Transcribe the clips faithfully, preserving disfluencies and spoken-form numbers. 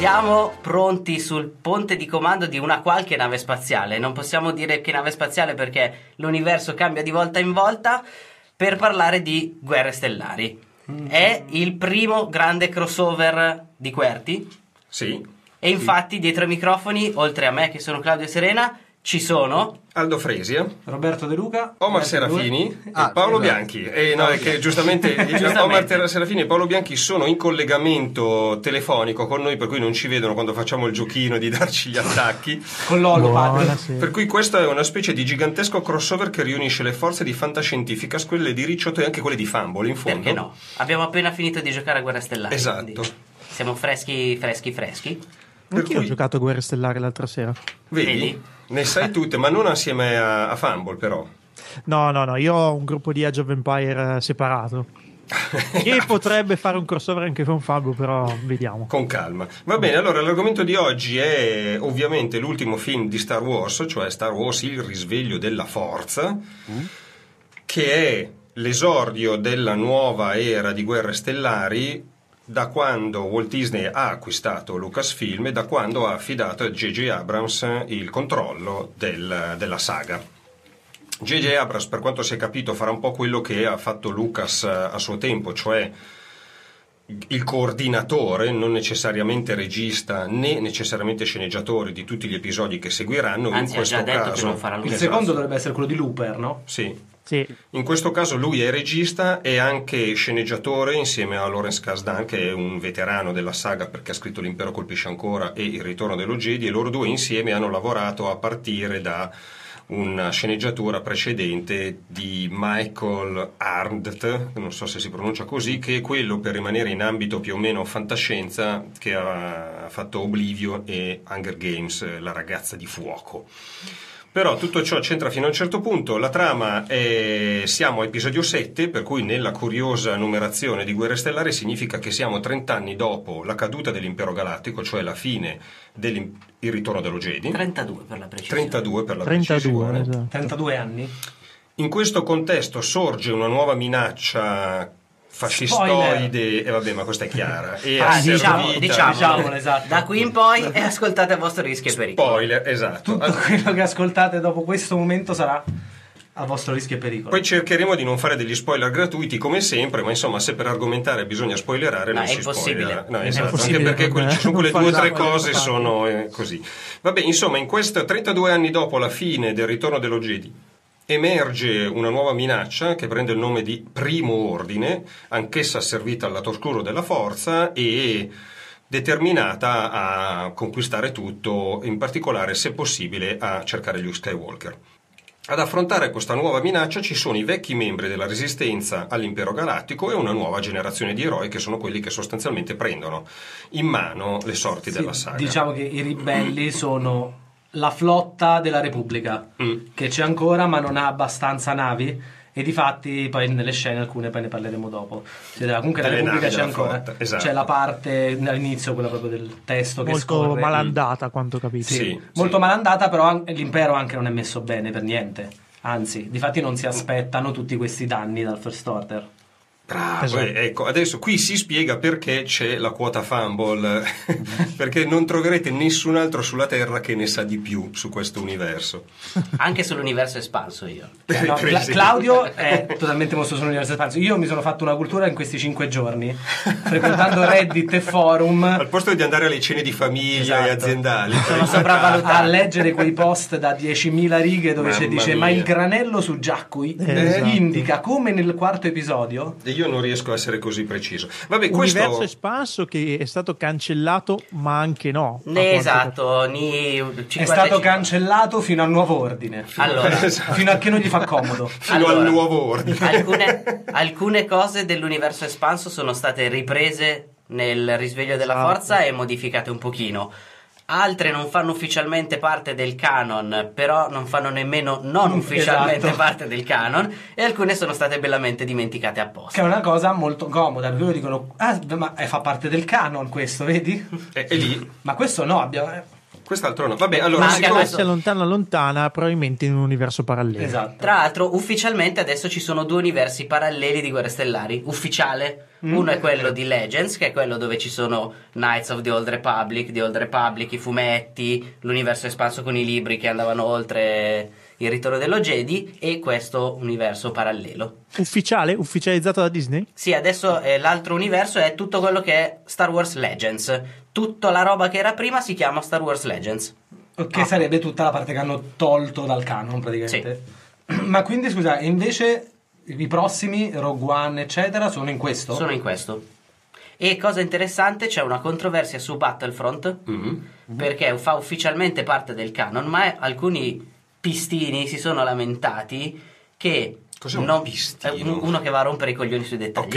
Siamo pronti sul ponte di comando di una qualche nave spaziale. Non possiamo dire che nave spaziale perché l'universo cambia di volta in volta, per parlare di Guerre Stellari. Mm. È il primo grande crossover di Qwerty. Sì. E infatti sì. Dietro ai microfoni, oltre a me che sono Claudio Serena, ci sono Aldo Fresia, Roberto De Luca, Omar Serafini ah, e Paolo esatto. Bianchi. E no, è che giustamente, giustamente Omar Serafini e Paolo Bianchi sono in collegamento telefonico con noi, per cui non ci vedono quando facciamo il giochino di darci gli attacchi. Con l'Olo, per cui questo è una specie di gigantesco crossover che riunisce le forze di Fantascientifica, quelle di Ricciotto e anche quelle di Fumble, in fondo. Perché no? Abbiamo appena finito di giocare a Guerre Stellari. Esatto. Siamo freschi, freschi, freschi. Anch'io cui... ho giocato a Guerre Stellari l'altra sera. Vedi? Vedi? Ne sai tutte, ma non assieme a, a Fumble, però. No, no, no, io ho un gruppo di Age of Empire separato. Che potrebbe fare un crossover anche con Fumble, però vediamo. Con calma. Va bene, allora l'argomento di oggi è ovviamente l'ultimo film di Star Wars, cioè Star Wars Il risveglio della forza, mm. che è l'esordio della nuova era di Guerre Stellari, da quando Walt Disney ha acquistato Lucasfilm e da quando ha affidato a J J Abrams il controllo del, della saga. J J Abrams, per quanto si è capito, farà un po' quello che ha fatto Lucas a suo tempo, cioè il coordinatore, non necessariamente regista né necessariamente sceneggiatore di tutti gli episodi che seguiranno. Anzi, in questo ha già detto caso che non farà lui. Il secondo dovrebbe essere quello di Looper, no? Sì. Sì. In questo caso lui è regista e anche sceneggiatore insieme a Lawrence Kasdan, che è un veterano della saga perché ha scritto L'impero colpisce ancora e Il ritorno dello Jedi, e loro due insieme hanno lavorato a partire da una sceneggiatura precedente di Michael Arndt, non so se si pronuncia così, che è quello, per rimanere in ambito più o meno fantascienza, che ha fatto Oblivion e Hunger Games, La ragazza di fuoco. Però tutto ciò c'entra fino a un certo punto. La trama è... siamo a episodio sette, per cui nella curiosa numerazione di Guerre Stellari significa che siamo trent'anni dopo la caduta dell'impero galattico, cioè la fine del ritorno dello Jedi. trentadue per la precisione. trentadue per la trentadue, precisione. esatto. trentadue anni. In questo contesto sorge una nuova minaccia fascistoide, e eh, vabbè, ma questa è chiara. E ah, diciamo, vita, diciamo, diciamolo, esatto. Da qui in poi e ascoltate a vostro rischio e pericolo. Spoiler, esatto. Tutto quello che ascoltate dopo questo momento sarà a vostro rischio e pericolo. Poi cercheremo di non fare degli spoiler gratuiti come sempre, ma insomma, se per argomentare bisogna spoilerare, no, non è si impossibile. spoilera. No, è esatto, impossibile, anche perché non, ci sono quelle due o tre cose fare. sono eh, così. Vabbè, insomma, in questo trentadue anni dopo la fine del ritorno dello Jedi emerge una nuova minaccia che prende il nome di Primo Ordine, anch'essa asservita al lato oscuro della forza e determinata a conquistare tutto, in particolare, se possibile, a cercare Luke Skywalker. Ad affrontare questa nuova minaccia ci sono i vecchi membri della Resistenza all'Impero Galattico e una nuova generazione di eroi che sono quelli che sostanzialmente prendono in mano le sorti sì, della saga. Diciamo che i ribelli sono la flotta della Repubblica, mm. che c'è ancora ma non ha abbastanza navi, e difatti poi nelle scene alcune poi ne parleremo dopo. Cioè, comunque la Repubblica c'è ancora, esatto. C'è la parte all'inizio, quella proprio del testo che molto scorre. malandata, quanto capito. Sì, sì, molto sì. malandata, però l'impero anche non è messo bene per niente, anzi difatti non si aspettano tutti questi danni dal First Order. Bravo, esatto. Ecco, adesso qui si spiega perché c'è la quota Fumble, perché non troverete nessun altro sulla Terra che ne sa di più su questo universo. Anche sull'universo espanso io. No, Cla- Claudio è totalmente mostro sull'universo espanso. Io mi sono fatto una cultura in questi cinque giorni, frequentando Reddit e forum. Al posto di andare alle cene di famiglia esatto. e aziendali, sono sopravvalutato a leggere quei post da diecimila righe dove Mamma si dice mia. ma il granello su Jakku esatto. indica, come nel quarto episodio. E io non riesco a essere così preciso. Vabbè, Universo questo espanso che è stato cancellato, ma anche no. Ne esatto, ni è stato cancellato fino al nuovo ordine. Allora, esatto. fino a che non gli fa comodo. Fino allora, al nuovo ordine. Alcune, alcune cose dell'universo espanso sono state riprese nel risveglio della esatto. forza e modificate un pochino. Altre non fanno ufficialmente parte del canon, però non fanno nemmeno non ufficialmente esatto. parte del canon, e alcune sono state bellamente dimenticate apposta. Che è una cosa molto comoda, perché loro dicono ah, ma fa parte del canon questo, vedi? E, e lì Ma questo no, abbiamo... Quest'altro no. Vabbè, allora Ma Ma anche siccome- questo- se lontana lontana, probabilmente in un universo parallelo. Esatto. Tra l'altro, ufficialmente adesso ci sono due universi paralleli di Guerre Stellari. Ufficiale. Uno è quello di Legends, che è quello dove ci sono Knights of the Old Republic, The Old Republic, i fumetti, l'universo espanso con i libri che andavano oltre il ritorno dello Jedi, e questo universo parallelo. Ufficiale? Ufficializzato da Disney? Sì, adesso eh, l'altro universo è tutto quello che è Star Wars Legends. Tutta la roba che era prima si chiama Star Wars Legends. Che sarebbe tutta la parte che hanno tolto dal canon praticamente. Ma quindi scusa, invece i prossimi, Rogue One eccetera, sono in questo? Sono in questo. E cosa interessante, c'è una controversia su Battlefront, Mhm. perché fa ufficialmente parte del canon, ma alcuni pistini si sono lamentati che Cos'è un non- pistino? è un- uno che va a rompere i coglioni sui dettagli.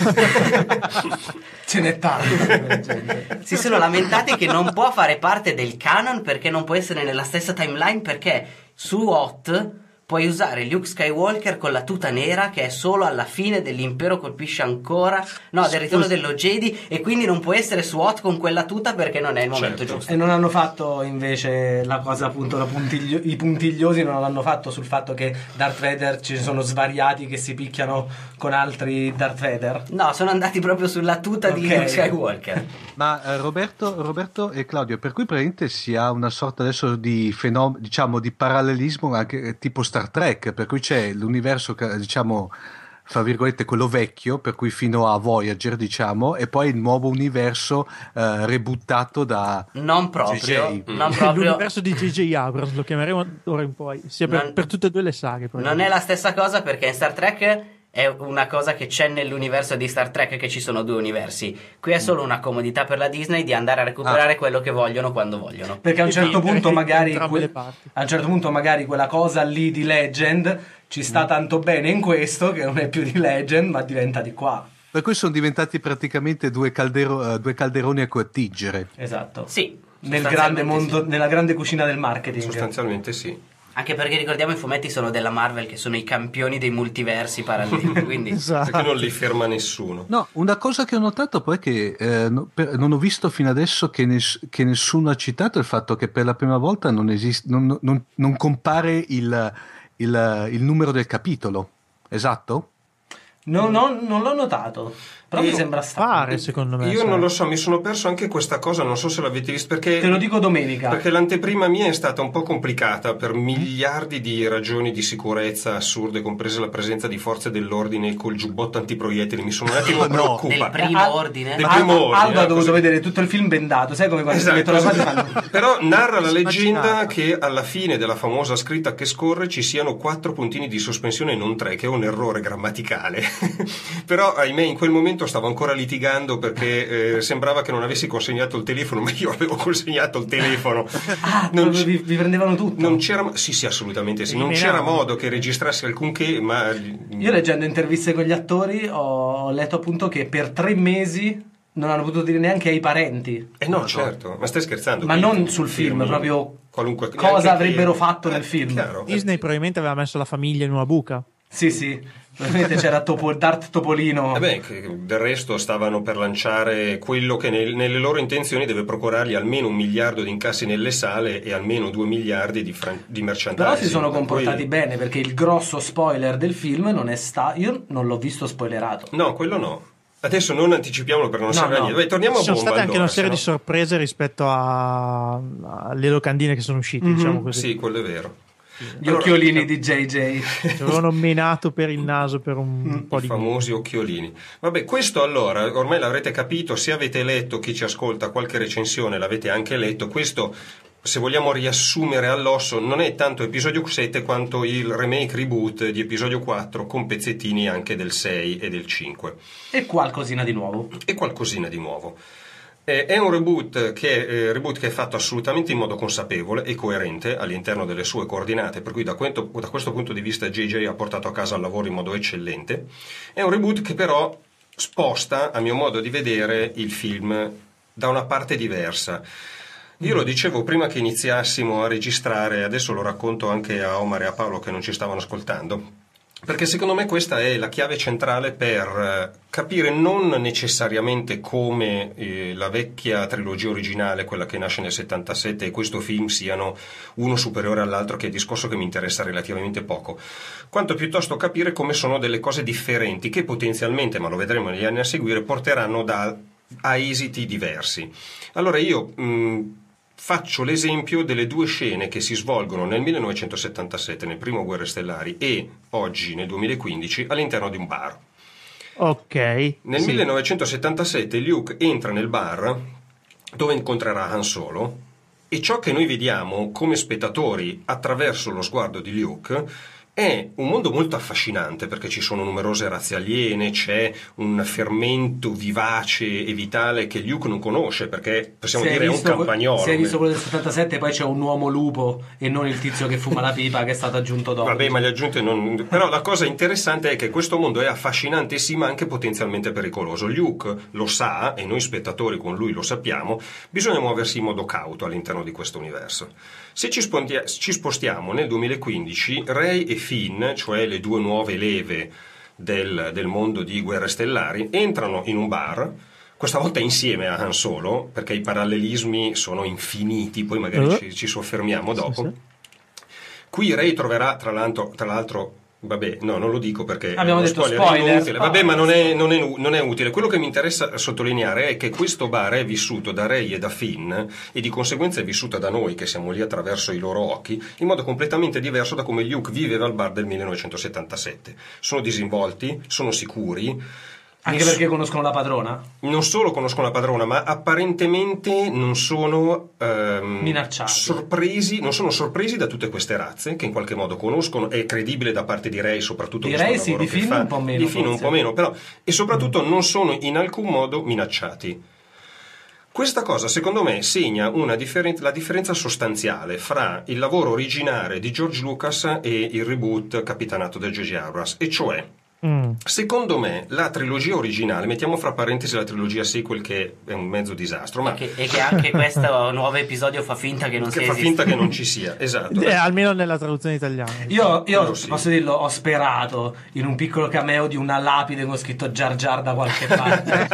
Ok. Ce n'è tanto. Si sono lamentati che non può fare parte del canon perché non può essere nella stessa timeline, perché su O T puoi usare Luke Skywalker con la tuta nera che è solo alla fine dell'Impero colpisce ancora, no, del ritorno dello Jedi, e quindi non può essere su O T con quella tuta perché non è il momento Certo. giusto. E non hanno fatto invece la cosa, appunto, la puntiglio- i puntigliosi non l'hanno fatto sul fatto che Darth Vader ci sono svariati che si picchiano con altri Darth Vader. No, sono andati proprio sulla tuta di Ok. Luke Skywalker. Ma eh, Roberto, Roberto e Claudio, per cui praticamente si ha una sorta adesso di fenomeno, diciamo, di parallelismo anche eh, tipo Star Trek, per cui c'è l'universo, che, diciamo, fra virgolette, quello vecchio, per cui fino a Voyager, diciamo, e poi il nuovo universo eh, rebuttato da Non proprio, J J. non proprio. L'universo di J J. Abrams lo chiameremo d'ora in poi, sia per, Non- per tutte e due le saghe. poi. Non è la stessa cosa, perché in Star Trek è una cosa che c'è nell'universo di Star Trek, che ci sono due universi. Qui è solo una comodità per la Disney di andare a recuperare Ah. quello che vogliono quando vogliono. Perché a un E certo quindi, punto eh, magari entrambe que- le parti. a un certo punto magari quella cosa lì di Legend ci sta tanto bene in questo che non è più di Legend ma diventa di qua. per cui sono diventati praticamente due, caldero- eh, due calderoni a cui attingere. Esatto. Sì, Nel sostanzialmente grande mondo, sì. nella grande cucina del marketing. Sostanzialmente sì. Anche perché ricordiamo, i fumetti sono della Marvel, che sono i campioni dei multiversi paralleli, quindi Esatto. Perché non li ferma nessuno. No, una cosa che ho notato poi è che eh, no- per- non ho visto fino adesso che, ness- che nessuno ha citato il fatto che per la prima volta non, esiste, non, non- non compare il, il- il numero del capitolo, esatto? No, no, non l'ho notato, però Io- mi sembra strano. Fare, secondo me. Io sai. non lo so, mi sono perso anche questa cosa, non so se l'avete visto, perché Te lo dico domenica. Perché l'anteprima mia è stata un po' complicata per miliardi di ragioni di sicurezza assurde, comprese la presenza di forze dell'ordine col giubbotto antiproiettili. Mi sono un attimo No. del preoccupato. primo Al- ordine. Del Al- primo ordine, Aldo ha eh, dovuto così. vedere tutto il film bendato, sai come quando Esatto, si mettono le cose esatto. fanno... Però narra la leggenda Immaginate. che alla fine della famosa scritta che scorre ci siano quattro puntini di sospensione e non tre, che è un errore grammaticale. Però ahimè in quel momento stavo ancora litigando perché eh, sembrava che non avessi consegnato il telefono, ma io avevo consegnato il telefono. Ah, Non proprio c- vi, vi prendevano tutto. non c'era, sì, sì, assolutamente sì. Non Eliminavano. c'era modo che registrassi alcunché, ma Io leggendo interviste con gli attori ho letto appunto che per tre mesi non hanno potuto dire neanche ai parenti. Eh no, certo, ma stai scherzando? Ma Quindi non sul film, proprio qualunque cosa neanche avrebbero che- fatto nel Eh, film. chiaro. Disney probabilmente aveva messo la famiglia in una buca. Sì, sì. Probabilmente c'era Topo, Darth Topolino. Vabbè, che del resto stavano per lanciare quello che nel- nelle loro intenzioni deve procurargli almeno un miliardo di incassi nelle sale e almeno due miliardi di, fran- di merchandising. Però si sono Per comportati cui- bene perché il grosso spoiler del film non è stato. Io non l'ho visto spoilerato. No, quello no. Adesso non anticipiamolo perché non No, serve a no. niente. Vai, torniamo Ci a sono bomba state anche allora, una serie se di sorprese rispetto a- alle locandine che sono uscite, Mhm. diciamo no- così. Sì, quello è vero. Gli Allora, occhiolini di J J. Ci avevano menato per il naso per un po' I di famosi occhiolini. Vabbè, questo allora, ormai l'avrete capito, se avete letto, chi ci ascolta, qualche recensione l'avete anche letto, questo, se vogliamo riassumere all'osso, non è tanto episodio sette quanto il remake reboot di episodio quattro con pezzettini anche del sei e del cinque. E qualcosina di nuovo. E qualcosina di nuovo. Eh, è un reboot che, eh, reboot che è fatto assolutamente in modo consapevole e coerente all'interno delle sue coordinate, per cui da, quento- da questo punto di vista J J ha portato a casa il lavoro in modo eccellente. È un reboot che però sposta, a mio modo di vedere, il film da una parte diversa. Io lo dicevo prima che iniziassimo a registrare, adesso lo racconto anche a Omar e a Paolo che non ci stavano ascoltando. Perché secondo me questa è la chiave centrale per capire non necessariamente come eh, la vecchia trilogia originale, quella che nasce nel settantasette, e questo film siano uno superiore all'altro, che è il discorso che mi interessa relativamente poco, quanto piuttosto capire come sono delle cose differenti che potenzialmente, ma lo vedremo negli anni a seguire, porteranno da, a esiti diversi. Allora io... Mh, faccio l'esempio delle due scene che si svolgono nel millenovecentosettantasette, nel primo Guerre Stellari, e oggi, nel duemilaquindici, all'interno di un bar. Ok. Nel sì. millenovecentosettantasette Luke entra nel bar dove incontrerà Han Solo, e ciò che noi vediamo come spettatori attraverso lo sguardo di Luke è un mondo molto affascinante, perché ci sono numerose razze aliene, c'è un fermento vivace e vitale che Luke non conosce, perché possiamo dire è un campagnolo. Si è visto quello del settantasette, poi c'è un uomo lupo e non il tizio che fuma la pipa che è stato aggiunto dopo. Vabbè, ma gli aggiunti non... Però la cosa interessante è che questo mondo è affascinante sì, ma anche potenzialmente pericoloso. Luke lo sa, e noi spettatori con lui lo sappiamo, bisogna muoversi in modo cauto all'interno di questo universo. Se ci, spontia- ci spostiamo nel duemilaquindici, Rey e Finn, cioè le due nuove leve del, del mondo di Guerre Stellari, entrano in un bar, questa volta insieme a Han Solo, perché i parallelismi sono infiniti, poi magari uh. ci, ci soffermiamo dopo. Sì, sì. Qui Rey troverà, tra l'altro, tra l'altro vabbè, no, non lo dico perché abbiamo detto spoiler, spoiler, è inutile. Vabbè, ma non è, non, è, non è utile. Quello che mi interessa sottolineare è che questo bar è vissuto da Rey e da Finn, e di conseguenza è vissuta da noi che siamo lì attraverso i loro occhi, in modo completamente diverso da come Luke viveva al bar del millenovecentosettantasette. Sono disinvolti, sono sicuri. Anche Ness- perché conoscono la padrona? Non solo conoscono la padrona, ma apparentemente non sono ehm, minacciati, sorpresi, non sono sorpresi da tutte queste razze che in qualche modo conoscono. È credibile da parte di Rey, soprattutto di Rey, sì, di Finn un po' meno, di Finn un po' meno, però, e soprattutto non sono in alcun modo minacciati. Questa cosa secondo me segna una differen- la differenza sostanziale fra il lavoro originale di George Lucas e il reboot capitanato da J J Abrams, e cioè Mm. secondo me la trilogia originale, mettiamo fra parentesi la trilogia sequel che è un mezzo disastro, ma... e, che, e che anche questo nuovo episodio fa finta che non che sia fa esiste. finta che non ci sia, esatto. Eh, almeno nella traduzione italiana. Io, io sì. posso dirlo, ho sperato in un piccolo cameo di una lapide con scritto Jar Jar da qualche parte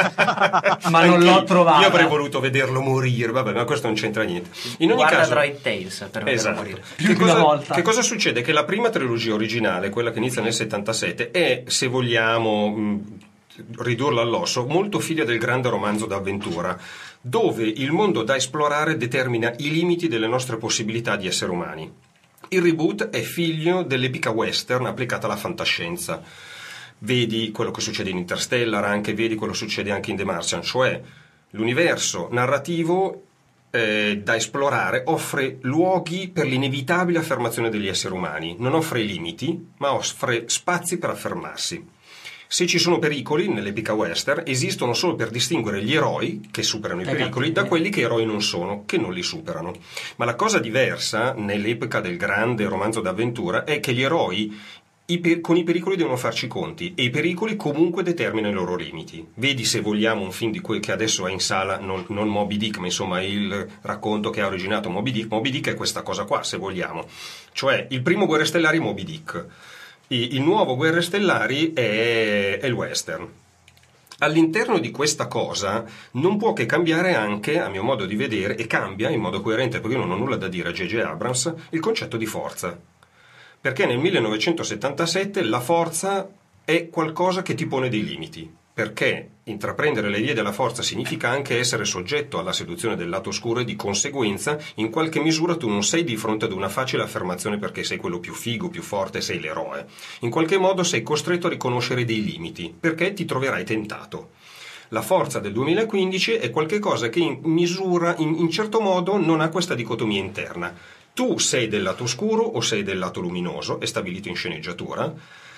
ma non l'ho trovato. Io avrei voluto vederlo morire, vabbè, ma questo non c'entra niente. In ogni Guarda caso, Droid Tales per esatto. morire. Più che, di una cosa, volta. che cosa succede? Che la prima trilogia originale, quella che inizia nel settantasette, è, se vogliamo mh, ridurla all'osso, molto figlia del grande romanzo d'avventura, dove il mondo da esplorare determina i limiti delle nostre possibilità di esseri umani. Il reboot è figlio dell'epica western applicata alla fantascienza. Vedi quello che succede in Interstellar, anche vedi quello che succede anche in The Martian, cioè l'universo narrativo eh, da esplorare offre luoghi per l'inevitabile affermazione degli esseri umani, non offre limiti, ma offre spazi per affermarsi. Se ci sono pericoli nell'epica western, esistono solo per distinguere gli eroi che superano i pericoli da quelli che eroi non sono, che non li superano. Ma la cosa diversa nell'epoca del grande romanzo d'avventura è che gli eroi I per- con i pericoli devono farci i conti, e i pericoli comunque determinano i loro limiti. Vedi, se vogliamo, un film di quel che adesso è in sala, non, non Moby Dick, ma insomma il racconto che ha originato Moby Dick. Moby Dick è questa cosa qua, se vogliamo, cioè il primo Guerre Stellari è Moby Dick, il, il nuovo Guerre Stellari è, è il western. All'interno di questa cosa non può che cambiare anche, a mio modo di vedere, e cambia in modo coerente, perché io non ho nulla da dire a J J Abrams, il concetto di forza. Perché nel millenovecentosettantasette la forza è qualcosa che ti pone dei limiti, perché intraprendere le vie della forza significa anche essere soggetto alla seduzione del lato oscuro, e di conseguenza in qualche misura tu non sei di fronte ad una facile affermazione perché sei quello più figo, più forte, sei l'eroe. In qualche modo sei costretto a riconoscere dei limiti, perché ti troverai tentato. La forza del duemilaquindici è qualcosa che in misura, in, in certo modo, non ha questa dicotomia interna. Tu sei del lato oscuro o sei del lato luminoso, è stabilito in sceneggiatura,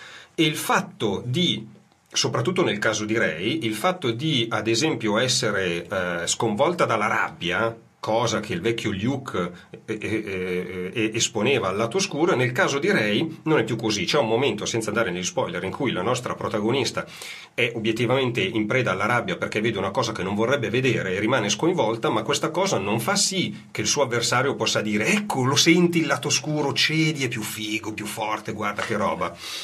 e il fatto di, soprattutto nel caso di Rey, il fatto di, ad esempio, essere eh, sconvolta dalla rabbia, cosa che il vecchio Luke eh, eh, eh, esponeva al lato oscuro, nel caso di Rey non è più così. C'è un momento, senza andare negli spoiler, in cui la nostra protagonista è obiettivamente in preda alla rabbia perché vede una cosa che non vorrebbe vedere e rimane sconvolta, ma questa cosa non fa sì che il suo avversario possa dire: ecco, lo senti il lato oscuro, cedi, è più figo, più forte, guarda che roba.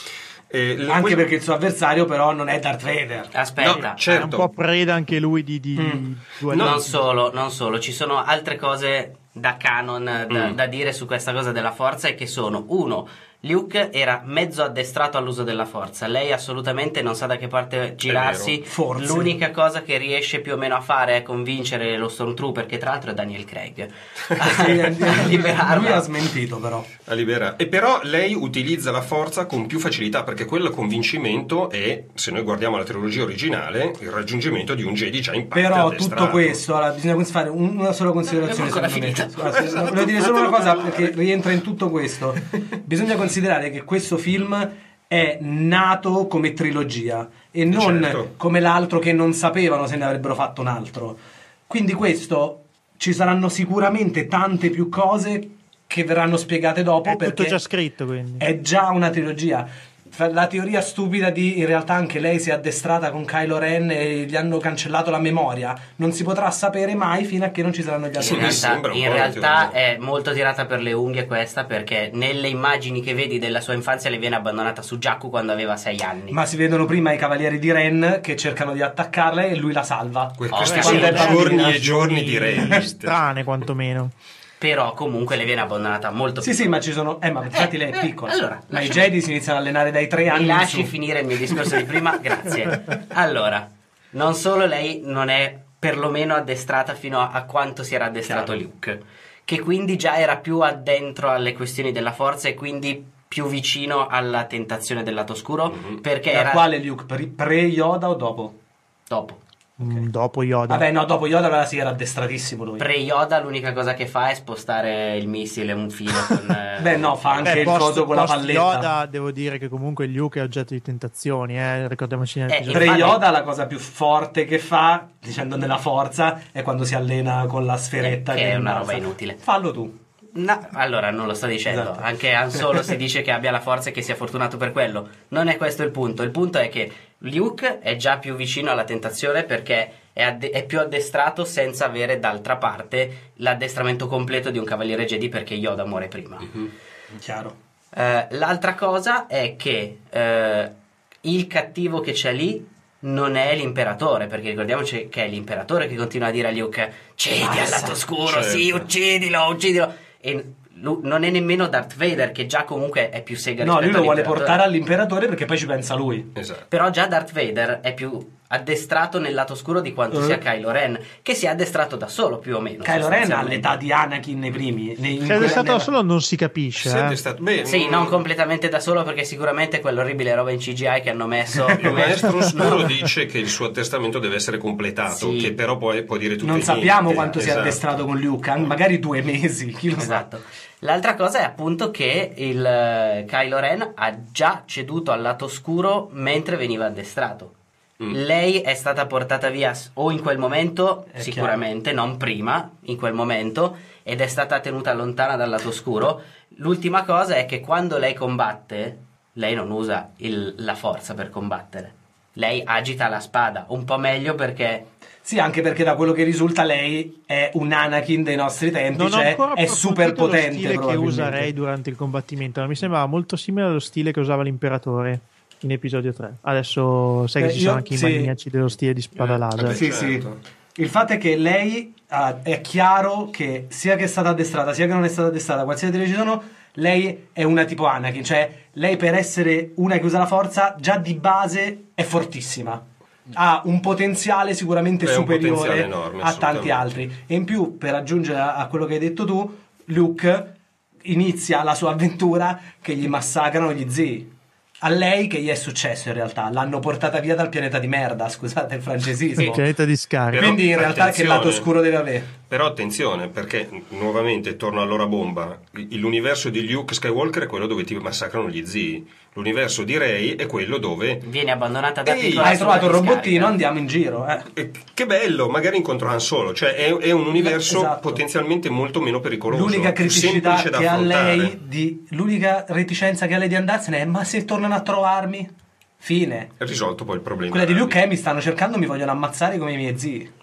Eh, l- Anche quel- perché il suo avversario però non è Darth Vader. Aspetta, No, È certo. un po' preda anche lui di, di Mm. dualismo. non solo, non solo, ci sono altre cose da canon da, Mm. da dire su questa cosa della forza, e che sono: uno, Luke era mezzo addestrato all'uso della forza, lei assolutamente non sa da che parte girarsi, vero. Forse. l'unica cosa che riesce più o meno a fare è convincere lo Stormtrooper, che tra l'altro è Daniel Craig, a liberarla. Lui ha smentito però. a liberare. E però lei utilizza la forza con più facilità, perché quel convincimento è, se noi guardiamo la trilogia originale, il raggiungimento di un Jedi già in parte Però addestrato. tutto questo, allora, bisogna fare un- una sola considerazione. Non è ancora secondo me. finita. Guarda, Esatto. volevo dire solo una cosa perché rientra in tutto questo. Bisogna considerare che questo film è nato come trilogia e non Certo. come l'altro che non sapevano se ne avrebbero fatto un altro. Quindi questo, ci saranno sicuramente tante più cose che verranno spiegate dopo, È tutto perché già scritto, quindi. è già una trilogia. La teoria stupida di in realtà anche lei si è addestrata con Kylo Ren e gli hanno cancellato la memoria non si potrà sapere mai fino a che non ci saranno gli altri. In mi realtà, sembra un in po' realtà una teoria. è molto tirata per le unghie questa, perché nelle immagini che vedi della sua infanzia le viene abbandonata su Jakku quando aveva sei anni. Ma si vedono prima i cavalieri di Ren che cercano di attaccarla e lui la salva. Que- Oh, questi beh, sono sì, beh, giorni beh, e giorni di Rey. Strane quantomeno. Però comunque le viene abbandonata molto Sì, più. sì, ma ci sono. Eh, ma infatti lei è eh, piccola. allora, ma i lasciami- Jedi si iniziano a allenare dai tre anni. Mi in lasci su. finire il mio discorso di prima? Grazie. Allora, non solo lei non è perlomeno addestrata fino a, a quanto si era addestrato Chiaro. Luke, che quindi già era più addentro alle questioni della forza e quindi più vicino alla tentazione del lato oscuro, perché Da era quale Luke? Pre- Pre-Yoda o dopo? dopo. Mm, Dopo Yoda. Vabbè, no, dopo Yoda allora sì, era addestratissimo lui. Pre-Yoda l'unica cosa che fa è spostare il missile un filo con, eh, Beh, no, fa anche Beh, il post- coso con la post palletta. Yoda, devo dire che comunque Luke è oggetto di tentazioni, eh? Ricordiamoci nel Eh, episodio. Pre infatti- Yoda la cosa più forte che fa, dicendo nella forza, è quando si allena con la sferetta. Eh, che è una rimbalza. roba inutile. Fallo tu. No, allora non lo sto dicendo. Esatto. Anche Han Solo si dice che abbia la forza e che sia fortunato per quello. Non è questo il punto. Il punto è che Luke è già più vicino alla tentazione perché è, adde- è più addestrato senza avere d'altra parte l'addestramento completo di un cavaliere Jedi, perché Yoda muore prima. Chiaro. Eh, l'altra cosa è che eh, il cattivo che c'è lì non è l'imperatore, perché ricordiamoci che è l'imperatore che continua a dire a Luke: cedi al Basta. lato oscuro, Certo. sì, uccidilo, uccidilo. E lu- non è nemmeno Darth Vader, che già comunque è più sega No, lui rispetto lo vuole all'imperatore. portare all'imperatore perché poi ci pensa lui. Esatto. Però già Darth Vader è più addestrato nel lato oscuro di quanto Eh. sia Kylo Ren, che si è addestrato da solo più o meno. Kylo Ren ha sostanzialmente. l'età di Anakin nei primi. Nei, in Se è quella- stato da nella- solo non si capisce. Siete eh. stati- beh, Sì, mm, non completamente da solo, perché sicuramente quell'orribile roba in C G I che hanno messo il maestro oscuro No. dice che il suo attestamento deve essere completato, Sì. che però poi può dire tutto Non e niente. sappiamo quanto sia Esatto. addestrato con Luke, an- magari due mesi, chi lo Esatto. L'altra cosa è appunto che il eh, Kylo Ren ha già ceduto al lato oscuro mentre veniva addestrato. Mm. Lei è stata portata via s- o in quel momento, È sicuramente, non prima, in quel momento, ed è stata tenuta lontana dal lato oscuro. L'ultima cosa è che quando lei combatte, lei non usa il- la forza per combattere. Lei agita la spada, un po' meglio perché... Sì, anche perché da quello che risulta lei è un Anakin dei nostri tempi, Non ho cioè ancora è super approfondito lo potente stile che probabilmente. usa Rey durante il combattimento. Mi sembrava molto simile allo stile che usava l'imperatore in episodio tre. Adesso sai Beh, che ci io- sono anche sì. i maniaci dello stile di spada Eh, laser. vabbè. Sì, Certo. sì. Il fatto è che lei ah, è chiaro che sia che è stata addestrata sia che non è stata addestrata, qualsiasi delle ci sono, lei è una tipo Anakin, cioè lei per essere una che usa la forza già di base è fortissima. Ha un potenziale sicuramente È un superiore potenziale enorme, a tanti assolutamente. altri. E in più, per aggiungere a, a quello che hai detto tu, Luke inizia la sua avventura che gli massacrano gli zii. A lei che gli è successo in realtà? L'hanno portata via dal pianeta di merda, scusate il francesismo. Il pianeta di scarica. Però, Quindi in realtà che attenzione. lato oscuro deve avere? Però attenzione, perché nuovamente torno all'ora bomba. L'universo di Luke Skywalker è quello dove ti massacrano gli zii. L'universo di Rey è quello dove Viene abbandonata da Ehi, piccola Hai sulla trovato il robottino, discarica. andiamo in giro. Eh. eh, che bello, magari incontro Han Solo, cioè è, è un universo Esatto. potenzialmente molto meno pericoloso, L'unica più criticità semplice da che ha affrontare. lei, di, l'unica reticenza che ha lei di andarsene è: ma se tornano a trovarmi? Fine. È risolto poi il problema. Quella di Luke è: mi stanno cercando, mi vogliono ammazzare come i miei zii.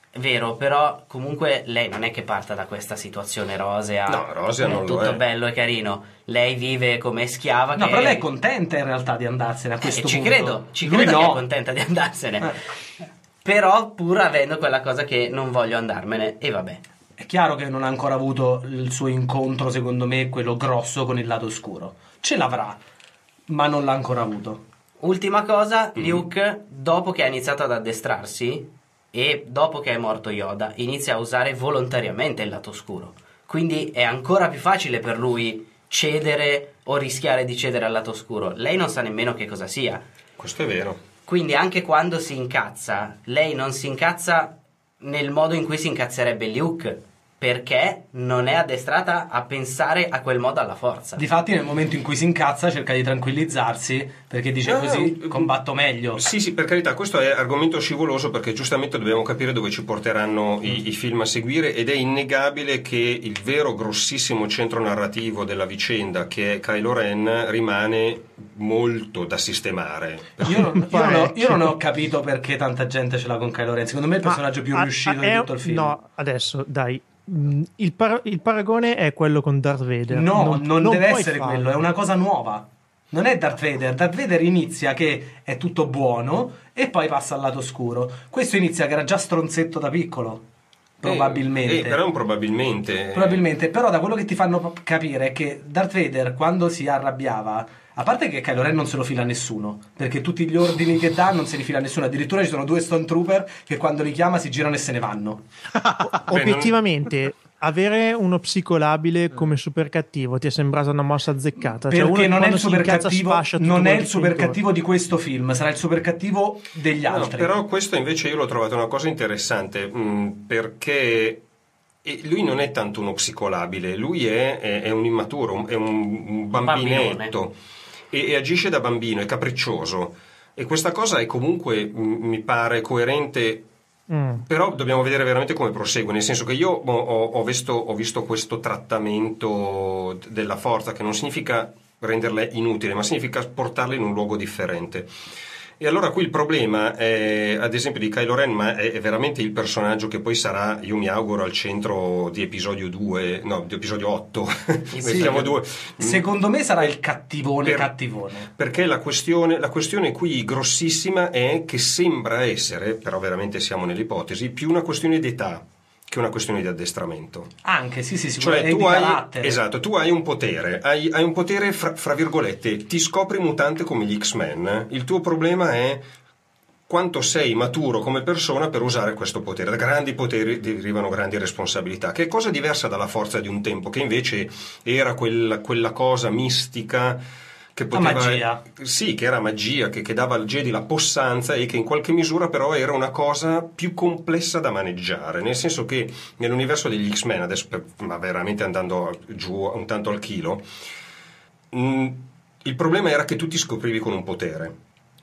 È vero, però comunque lei non è che parta da questa situazione rosea. No, rosea non lo tutto è. bello e carino. Lei vive come schiava. No, che... però lei è contenta in realtà di andarsene a questo eh, ci punto. credo, ci Lui credo no. che è contenta di andarsene. Eh. Però pur avendo quella cosa che non voglio andarmene, e vabbè. È chiaro che non ha ancora avuto il suo incontro, secondo me, quello grosso con il lato oscuro. Ce l'avrà, ma non l'ha ancora avuto. Ultima cosa, Luke, dopo che ha iniziato ad addestrarsi e dopo che è morto Yoda, inizia a usare volontariamente il lato oscuro. Quindi è ancora più facile per lui cedere o rischiare di cedere al lato oscuro. Lei non sa nemmeno che cosa sia. Questo è vero. Quindi anche quando si incazza, lei non si incazza nel modo in cui si incazzerebbe Luke, perché non è addestrata a pensare a quel modo alla forza. Difatti nel momento in cui si incazza cerca di tranquillizzarsi, perché dice No, così no, combatto meglio. Sì, sì, per carità, questo è argomento scivoloso perché giustamente dobbiamo capire dove ci porteranno i, i film a seguire ed è innegabile che il vero grossissimo centro narrativo della vicenda, che è Kylo Ren, rimane molto da sistemare. Io non, io, non ho, io non ho capito perché tanta gente ce l'ha con Kylo Ren. Secondo me è il personaggio più Ma, riuscito a- di è- tutto il film. No, adesso dai. Mm, Il, par- il paragone è quello con Darth Vader. No, non, deve puoi essere farlo. quello, è una cosa nuova. Non è Darth Vader. Darth Vader inizia che è tutto buono e poi passa al lato oscuro. Questo inizia che era già stronzetto da piccolo. Probabilmente. Eh, eh, però probabilmente. Probabilmente, però da quello che ti fanno capire è che Darth Vader quando si arrabbiava, a parte che Kylo Ren non se lo fila nessuno, perché tutti gli ordini che dà non se li fila nessuno, addirittura ci sono due Stormtrooper che quando li chiama si girano e se ne vanno. Obiettivamente, avere uno psicolabile come super cattivo ti è sembrata una mossa azzeccata? Cioè, uno Perché che non è quando il si super incazza cattivo, sfascia tutto non è quello il che super c'è intorno. cattivo di questo film, sarà il super cattivo degli No, altri. però questo invece io l'ho trovato una cosa interessante mh, perché e lui non è tanto uno psicolabile, lui è, è, è un immaturo, è un, un bambinetto e, e agisce da bambino, è capriccioso e questa cosa è comunque mh, mi pare coerente. Mm. Però dobbiamo vedere veramente come prosegue, nel senso che io ho, ho, ho, visto, ho visto questo trattamento della forza che non significa renderla inutile, ma significa portarla in un luogo differente. E allora qui il problema è, ad esempio, di Kylo Ren, ma è, è veramente il personaggio che poi sarà, io mi auguro, al centro di episodio due, no, di episodio otto. Mettiamo due. Secondo me sarà il cattivone Per- cattivone. Perché la questione, la questione qui grossissima è che sembra essere, però veramente siamo nell'ipotesi, più una questione d'età che una questione di addestramento. Anche, sì, sì, Cioè sicuramente tu di hai, carattere. esatto, tu hai un potere, hai, hai un potere fra, fra virgolette, ti scopri mutante come gli X-Men, il tuo problema è quanto sei maturo come persona per usare questo potere. Da grandi poteri derivano grandi responsabilità, che è cosa diversa dalla forza di un tempo, che invece era quella, quella cosa mistica che poteva, magia. sì, che era magia, che, che dava al Jedi la possanza e che in qualche misura però era una cosa più complessa da maneggiare, nel senso che nell'universo degli X-Men, adesso per, ma veramente andando giù un tanto al chilo, mh, il problema era che tu ti scoprivi con un potere,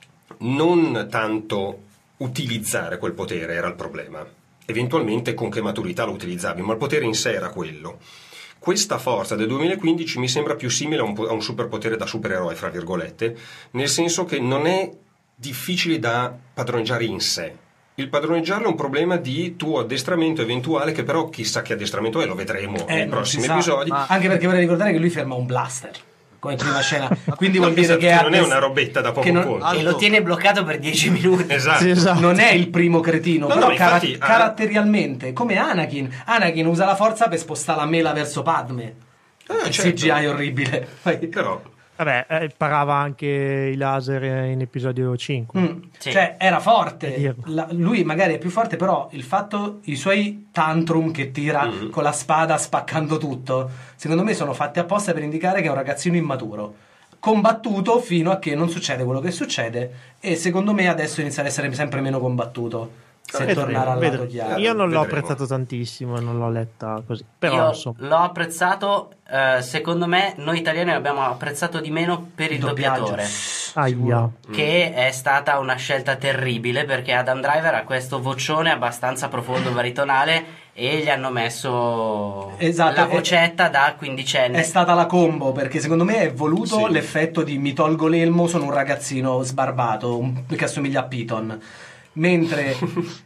non tanto utilizzare quel potere era il problema, eventualmente con che maturità lo utilizzavi, ma il potere in sé era quello. Questa forza del duemilaquindici mi sembra più simile a un, a un superpotere da supereroe, fra virgolette, nel senso che non è difficile da padroneggiare in sé. Il padroneggiarlo è un problema di tuo addestramento eventuale, che però chissà che addestramento è, lo vedremo Eh, nei non prossimi si sa. episodi. Ma anche perché vorrei ricordare che lui ferma un blaster come prima scena, quindi vuol No, dire esatto, che, che ha non è addest- una robetta da poco che non- conto. E lo tiene bloccato per dieci minuti. Esatto. Sì, esatto. non è il primo cretino, No, però no, infatti, cara- ah- caratterialmente, come Anakin. Anakin usa la forza per spostare la mela verso Padme. Ah, Il certo. C G I orribile. Però Vabbè, eh, parava anche i laser in episodio cinque. Mm, Sì. Cioè era forte. È dirlo. La- lui magari è più forte, però il fatto, i suoi tantrum che tira Mm. con la spada spaccando tutto, secondo me sono fatti apposta per indicare che è un ragazzino immaturo, combattuto fino a che non succede quello che succede, e secondo me adesso inizia ad essere sempre meno combattuto se Vedremo, tornare al lato Vedremo. chiaro. Io non l'ho Vedremo. apprezzato tantissimo, non l'ho letta così. Però Io insomma. l'ho apprezzato, eh, secondo me noi italiani l'abbiamo apprezzato di meno per il doppiaggio. doppiatore, Aia. che è stata una scelta terribile perché Adam Driver ha questo vocione abbastanza profondo baritonale e gli hanno messo Esatto, la è- vocetta da quindicenne. È stata la combo, perché secondo me è voluto Sì. l'effetto di mi tolgo l'elmo, sono un ragazzino sbarbato, un- che assomiglia a Piton. mentre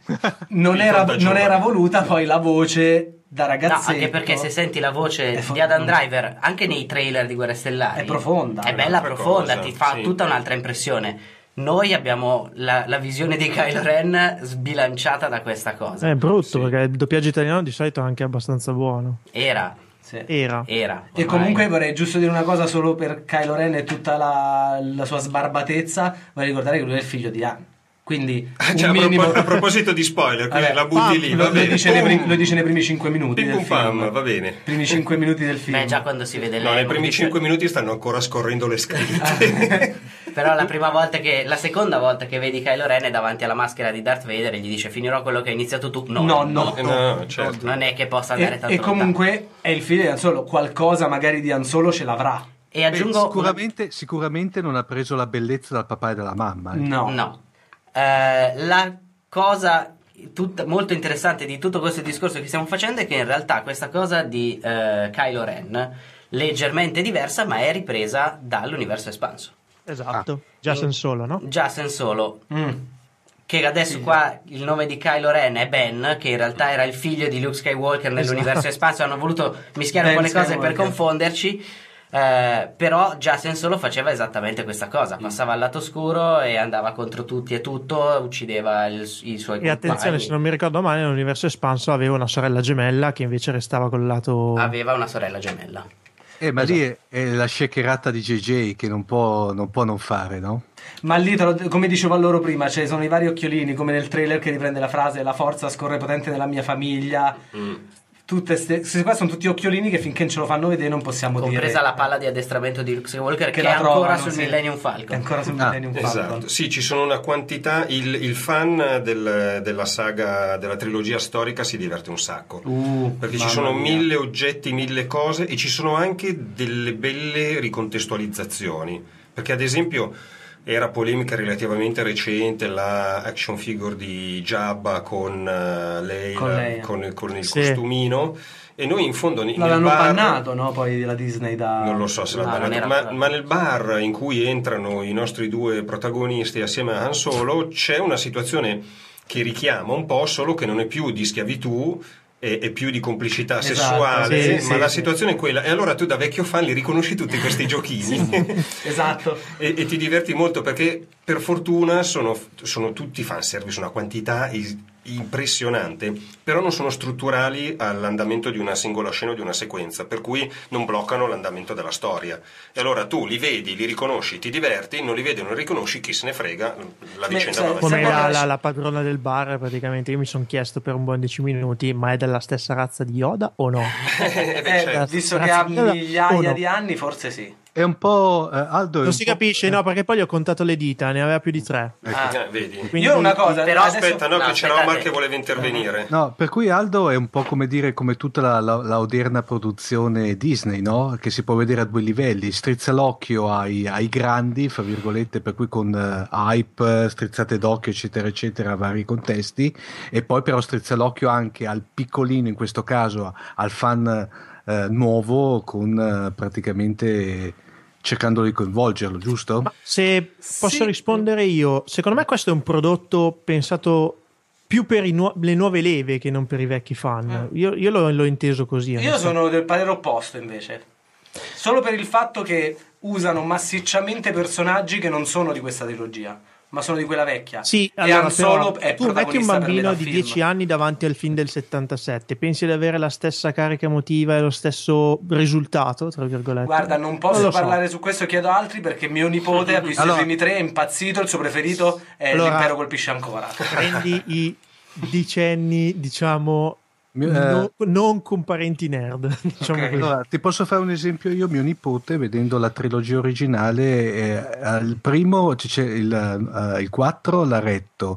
non, era, non era voluta poi la voce da ragazzetto. No, anche perché se senti la voce fo- di Adam Driver anche nei trailer di Guerre Stellari È profonda. è bella Un'altra profonda, cosa, ti fa sì. tutta un'altra impressione. Noi abbiamo la, la visione di Kylo Ren sbilanciata da questa cosa. È brutto Sì. perché il doppiaggio italiano di solito è anche abbastanza buono. Era Sì. Era. era E ormai. comunque vorrei giusto dire una cosa solo per Kylo Ren e tutta la, la sua sbarbatezza. Vorrei ricordare che lui è il figlio di Han. Quindi un Cioè, a, minimo... propos- a proposito di spoiler, quindi Vabbè, la butti lì, lo, va lo bene. dice nei Pum! primi, lo dice nei primi cinque minuti Pim del pum film. pam, va bene. Primi cinque minuti del film. Beh, già quando si vede No, lei nei primi cinque minuti stanno ancora scorrendo le scritte. Però la prima volta che la seconda volta che vedi Kylo Ren è davanti alla maschera di Darth Vader e gli dice finirò quello che hai iniziato tu. No, No, no. Eh, no, certo. non è che possa andare E, tanto e comunque è il figlio di Han Solo. Qualcosa magari di Han Solo ce l'avrà. lontano. E Beh, aggiungo sicuramente, sicuramente non ha preso la bellezza dal papà e dalla mamma. eh. No. no. Eh, la cosa tutta- molto interessante di tutto questo discorso che stiamo facendo è che in realtà questa cosa di eh, Kylo Ren leggermente diversa, ma è ripresa dall'universo espanso. Esatto. Già sen solo, no? Già sen solo Mm. che adesso qua il nome di Kylo Ren è Ben, che in realtà era il figlio di Luke Skywalker nell'universo espanso. Hanno voluto mischiare un po' Ben le cose per Skywalker. confonderci. Eh, però già sen solo faceva esattamente questa cosa, passava al lato oscuro e andava contro tutti e tutto, uccideva il- i suoi E attenzione, compagni. se non mi ricordo male, nell'universo espanso aveva una sorella gemella che invece restava col lato... Aveva una sorella gemella. Eh, ma lì è, è la shakerata di J J che non può non, può non fare, no? Ma lì, te lo- come dicevo a loro prima, ci sono i vari occhiolini, come nel trailer che riprende la frase la forza scorre potente nella mia famiglia. Mm. Tutte ste, questi qua sono tutti occhiolini che finché non ce lo fanno vedere non possiamo Compresa dire la palla di addestramento di Luke Skywalker che, la è ancora trovano, sul sì. Millennium È Falcon. ancora sul Ah, Millennium Falcon. Esatto, sì, ci sono una quantità. Il, il fan del- della saga, della trilogia storica si diverte un sacco. Uh, Perché ci mamma sono mia. mille oggetti, mille cose e ci sono anche delle belle ricontestualizzazioni. Perché ad esempio era polemica relativamente recente la action figure di Jabba con eh, Leia, Con Leia. con, con il Sì. costumino, e noi in fondo nel L'hanno bar, bannato, no? Poi la Disney da... non lo so se l'ha No, non bannato, era ma, ancora. ma nel bar in cui entrano i nostri due protagonisti assieme a Han Solo c'è una situazione che richiama un po', solo che non è più di schiavitù, è, è più di complicità Esatto, sessuale, sì, ma sì, la sì. situazione è quella. E allora tu da vecchio fan li riconosci tutti questi giochini Esatto. e, e ti diverti molto perché per fortuna sono, sono tutti fanservice, una quantità is- impressionante, però non sono strutturali all'andamento di una singola scena o di una sequenza, per cui non bloccano l'andamento della storia. E allora tu li vedi, li riconosci, ti diverti, non li vedi, non li riconosci, chi se ne frega, la Beh, vicenda sai- va avanti. Come Sembra la, che- la- la padrona del bar, praticamente. Io mi sono chiesto per un buon dieci minuti, ma è della stessa razza di Yoda o no? Eh, beh, Eh, certo. visto che ha Grazie. Oh, migliaia no. di anni, forse sì. È un po'... eh, Aldo è Non un si po'- capisce, no, perché poi gli ho contato le dita, ne aveva più di tre. Ah. Eh, vedi? Quindi- Io una cosa, Però adesso- Aspetta, no, no, che c'era aspettate. Omar che voleva intervenire. No, per cui Aldo è un po' come dire come tutta la, la, la odierna produzione Disney, no? Che si può vedere a due livelli, strizza l'occhio ai, ai grandi, fra virgolette, per cui con eh, hype, strizzate d'occhio, eccetera, eccetera, vari contesti, e poi però strizza l'occhio anche al piccolino, in questo caso al fan eh, nuovo, con eh, praticamente cercando di coinvolgerlo, giusto? Ma se posso Sì. rispondere io, secondo me questo è un prodotto pensato più per i nuo- le nuove leve che non per i vecchi fan. Io, io l'ho, l'ho inteso così. Io onestamente. sono del parere opposto invece. Solo per il fatto che usano massicciamente personaggi che non sono di questa trilogia, ma sono di quella vecchia. Sì, e allora, Han Solo però, è tu metti un protagonista per bambino metà di film. dieci anni davanti al film del settantasette, pensi di avere la stessa carica emotiva e lo stesso risultato, tra virgolette? Guarda, non posso Non lo so. parlare su questo, chiedo altri perché mio nipote ha visto Allora- i primi tre, è impazzito, il suo preferito è Allora- L'impero colpisce ancora. Prendi i dicenni, diciamo, Mi- eh, no- non con parenti nerd, diciamo Ok. così. Allora, ti posso fare un esempio io, mio nipote, vedendo la trilogia originale, eh, al primo c- c'è il, eh, il quattro l'ha retto,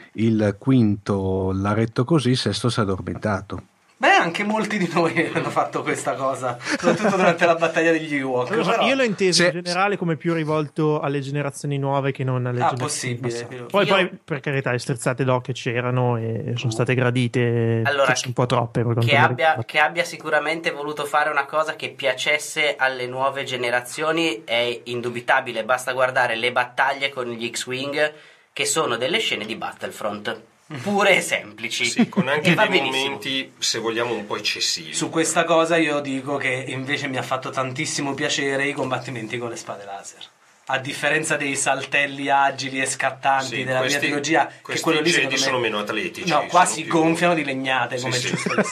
il quinto l'ha retto così, il sesto si è addormentato. Beh, anche molti di noi hanno fatto questa cosa, soprattutto durante la battaglia degli Ewok. Non lo so, però- io l'ho inteso Se- in generale come più rivolto alle generazioni nuove che non alle Ah, generazioni possibile. passate. Io- Poi, io- poi, per carità, le strizzate d'occhio c'erano e sono state gradite, Allora, forse un po' troppe. Per quanto che mi abbia, riguarda. che abbia sicuramente voluto fare una cosa che piacesse alle nuove generazioni è indubitabile, basta guardare le battaglie con gli X-Wing che sono delle scene di Battlefront pure e semplici. Sì, con anche e va dei benissimo. momenti, se vogliamo, un po' eccessivi. Su questa cosa io dico che invece mi ha fatto tantissimo piacere i combattimenti con le spade laser. A differenza dei saltelli agili e scattanti Sì, della questi- prima trilogia, che questi quello lì Jedi secondo me- sono meno atletici, No, qua sono si più- gonfiano di legnate, Sì, come è sì. giusto che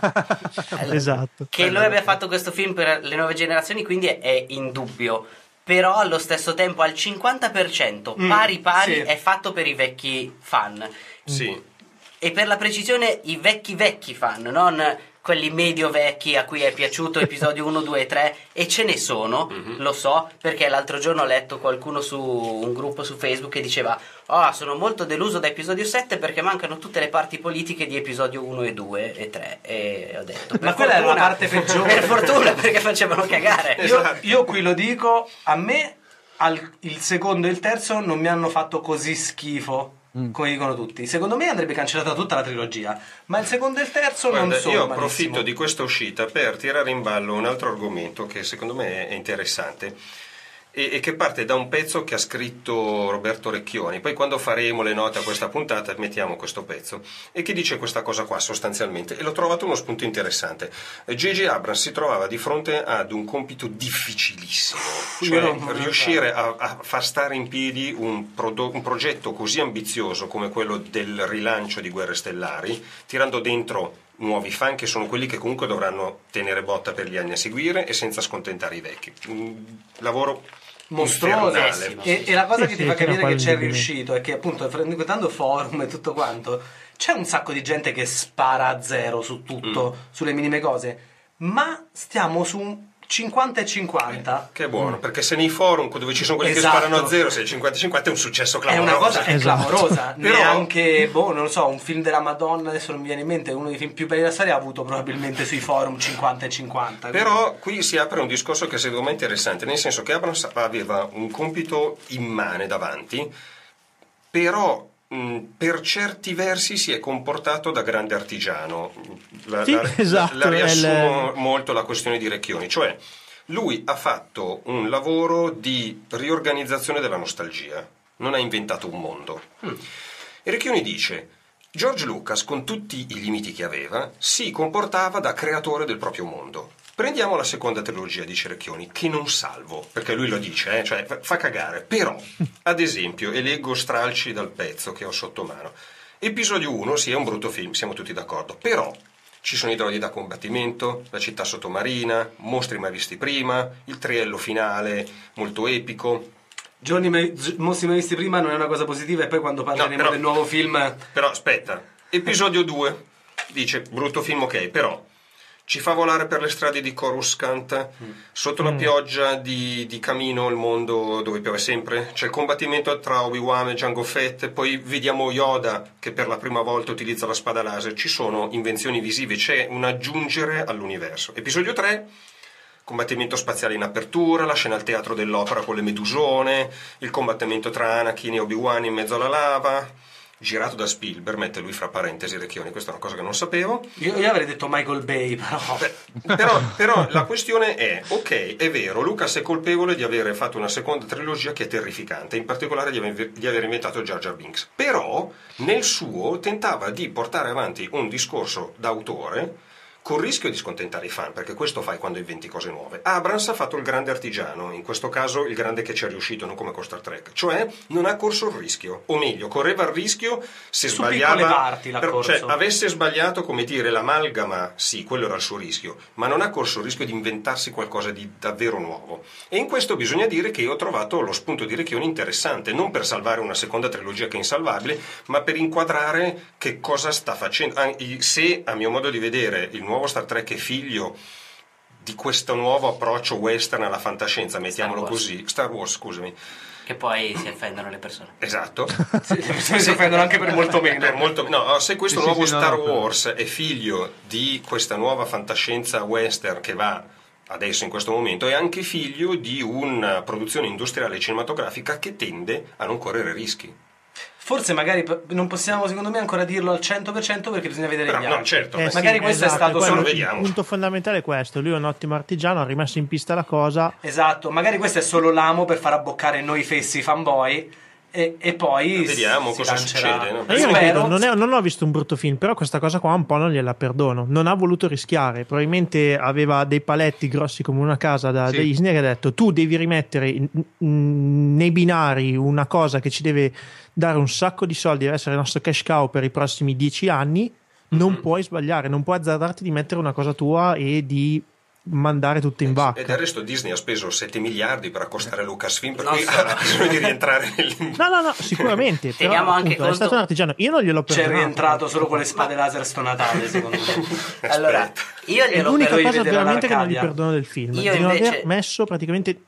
sia. Esatto. Che lui abbia fatto questo film per le nuove generazioni quindi è, è indubbio, però allo stesso tempo al cinquanta per cento Mm, pari pari sì. è fatto per i vecchi fan, Sì. e per la precisione i vecchi vecchi fan, non quelli medio vecchi a cui è piaciuto episodio uno, due e tre, e ce ne sono, Mhm. lo so, perché l'altro giorno ho letto qualcuno su un gruppo su Facebook che diceva ah, sono molto deluso da episodio sette perché mancano tutte le parti politiche di episodio uno e due e tre, e ho detto per Ma quella era la fortuna- parte peggiore. per fortuna, perché facevano cagare. Io, Esatto. io qui lo dico, a me al- il secondo e il terzo non mi hanno fatto così schifo come dicono tutti. Secondo me andrebbe cancellata tutta la trilogia, ma il secondo e il terzo Guarda, non sono io malissimo. approfitto di questa uscita per tirare in ballo un altro argomento che secondo me è interessante e, e che parte da un pezzo che ha scritto Roberto Recchioni. Poi quando faremo le note a questa puntata mettiamo questo pezzo, e che dice questa cosa qua sostanzialmente, e l'ho trovato uno spunto interessante. J J Abrams si trovava di fronte ad un compito difficilissimo, Io cioè non me lo riuscire a, a far stare in piedi un, prodo- un progetto così ambizioso come quello del rilancio di Guerre Stellari, tirando dentro nuovi fan che sono quelli che comunque dovranno tenere botta per gli anni a seguire e senza scontentare i vecchi. Un lavoro mostruoso. infernale. E, e la cosa Sì, che ti sì, fa fino a capire che quasi c'è di me. riuscito è che appunto frequentando forum e tutto quanto c'è un sacco di gente che spara a zero su tutto, Mm. sulle minime cose, ma stiamo su un cinquanta e cinquanta. Che è buono, perché se nei forum dove ci sono quelli Esatto. che sparano a zero, se il cinquanta cinquanta è un successo È clamoroso. una cosa è Esatto. clamorosa. Però- Neanche, boh, non lo so, un film della Madonna, adesso non mi viene in mente, uno dei film più belli della storia ha avuto probabilmente sui forum cinquanta e cinquanta. Però qui si apre un discorso che secondo me è interessante, nel senso che Abrams aveva un compito immane davanti, però mh, per certi versi si è comportato da grande artigiano. La, Sì, la- esatto, la riassumo è il- molto la questione di Recchioni, cioè lui ha fatto un lavoro di riorganizzazione della nostalgia, non ha inventato un mondo. E Recchioni dice: George Lucas, con tutti i limiti che aveva, si comportava da creatore del proprio mondo. Prendiamo la seconda trilogia, dice Recchioni, che non salvo, perché lui lo dice, eh, cioè fa- fa cagare. Però, ad esempio, e leggo stralci dal pezzo che ho sotto mano, episodio uno, sì, è un brutto film, siamo tutti d'accordo, però ci sono i droni da combattimento, la città sottomarina, mostri mai visti prima, il triello finale molto epico. Giorni mai- gi- mostri mai visti prima non è una cosa positiva, e poi quando parleremo però- del nuovo film Però aspetta, episodio due dice brutto film, ok, però ci fa volare per le strade di Coruscant, sotto la pioggia di, di Camino, il mondo dove piove sempre, c'è il combattimento tra Obi-Wan e Jango Fett, poi vediamo Yoda che per la prima volta utilizza la spada laser, ci sono invenzioni visive, c'è un aggiungere all'universo. Episodio tre, combattimento spaziale in apertura, la scena al teatro dell'opera con le medusone, il combattimento tra Anakin e Obi-Wan in mezzo alla lava, girato da Spielberg, mette lui fra parentesi Recchioni, questa è una cosa che non sapevo. io, io avrei detto Michael Bay, però Beh, però, però la questione è, ok, è vero, Lucas è colpevole di aver fatto una seconda trilogia che è terrificante, in particolare di aver, di aver inventato Jar Jar Binks, però nel suo tentava di portare avanti un discorso d'autore col rischio di scontentare i fan, perché questo fai quando inventi cose nuove. Abrams ha fatto il grande artigiano, in questo caso il grande che ci è riuscito, non come con Star Trek, cioè non ha corso il rischio, o meglio, correva il rischio se Su sbagliava, piccole parti l'ha per- corso. cioè avesse sbagliato, come dire, l'amalgama, sì, quello era il suo rischio, ma non ha corso il rischio di inventarsi qualcosa di davvero nuovo. E in questo bisogna dire che io ho trovato lo spunto di Recchioni interessante, non per salvare una seconda trilogia che è insalvabile, ma per inquadrare che cosa sta facendo. Ah, i- se, a mio modo di vedere, il nuovo Star Trek è figlio di questo nuovo approccio western alla fantascienza, mettiamolo Wars. così, Star Wars, scusami, Che poi si offendono le persone. esatto. le persone si offendono anche per molto meno. Per molto- no, se questo Sì, sì, nuovo sì, no, Star no, però- Wars è figlio di questa nuova fantascienza western che va adesso in questo momento, è anche figlio di una produzione industriale cinematografica che tende a non correre rischi. Forse magari p- non possiamo secondo me ancora dirlo al cento per cento perché bisogna vedere Però gli no, altri. certo, Eh beh, sì, magari questo è esatto, stato quello- solo- lo vediamo. Il punto fondamentale è questo: lui è un ottimo artigiano, ha rimesso in pista la cosa. Esatto, magari questo è solo l'amo per far abboccare noi fessi fanboy E, e poi vediamo si cosa lancerà. succede, no? Ma io Spero- ripeto, non, è- non ho visto un brutto film, però questa cosa qua un po' non gliela perdono. Non ha voluto rischiare, probabilmente aveva dei paletti grossi come una casa da, Sì. da Disney, che ha detto tu devi rimettere in- in- nei binari una cosa che ci deve dare un sacco di soldi, deve essere il nostro cash cow per i prossimi dieci anni, non Mhm. puoi sbagliare, non puoi azzardarti di mettere una cosa tua e di mandare tutto in E vacca. del resto Disney ha speso sette miliardi per accostare Lucasfilm, per Non cui solo. ha bisogno di rientrare nel... No, no, no, sicuramente. però, Teniamo anche appunto, conto- è stato un artigiano. Io non gliel'ho C'è perdonato. rientrato solo con le spade laser sto Natale, secondo me. Allora, io È glielo l'unica devi cosa vedere veramente che non gli all'Arcadia. perdono del film. Io di non invece- aver messo praticamente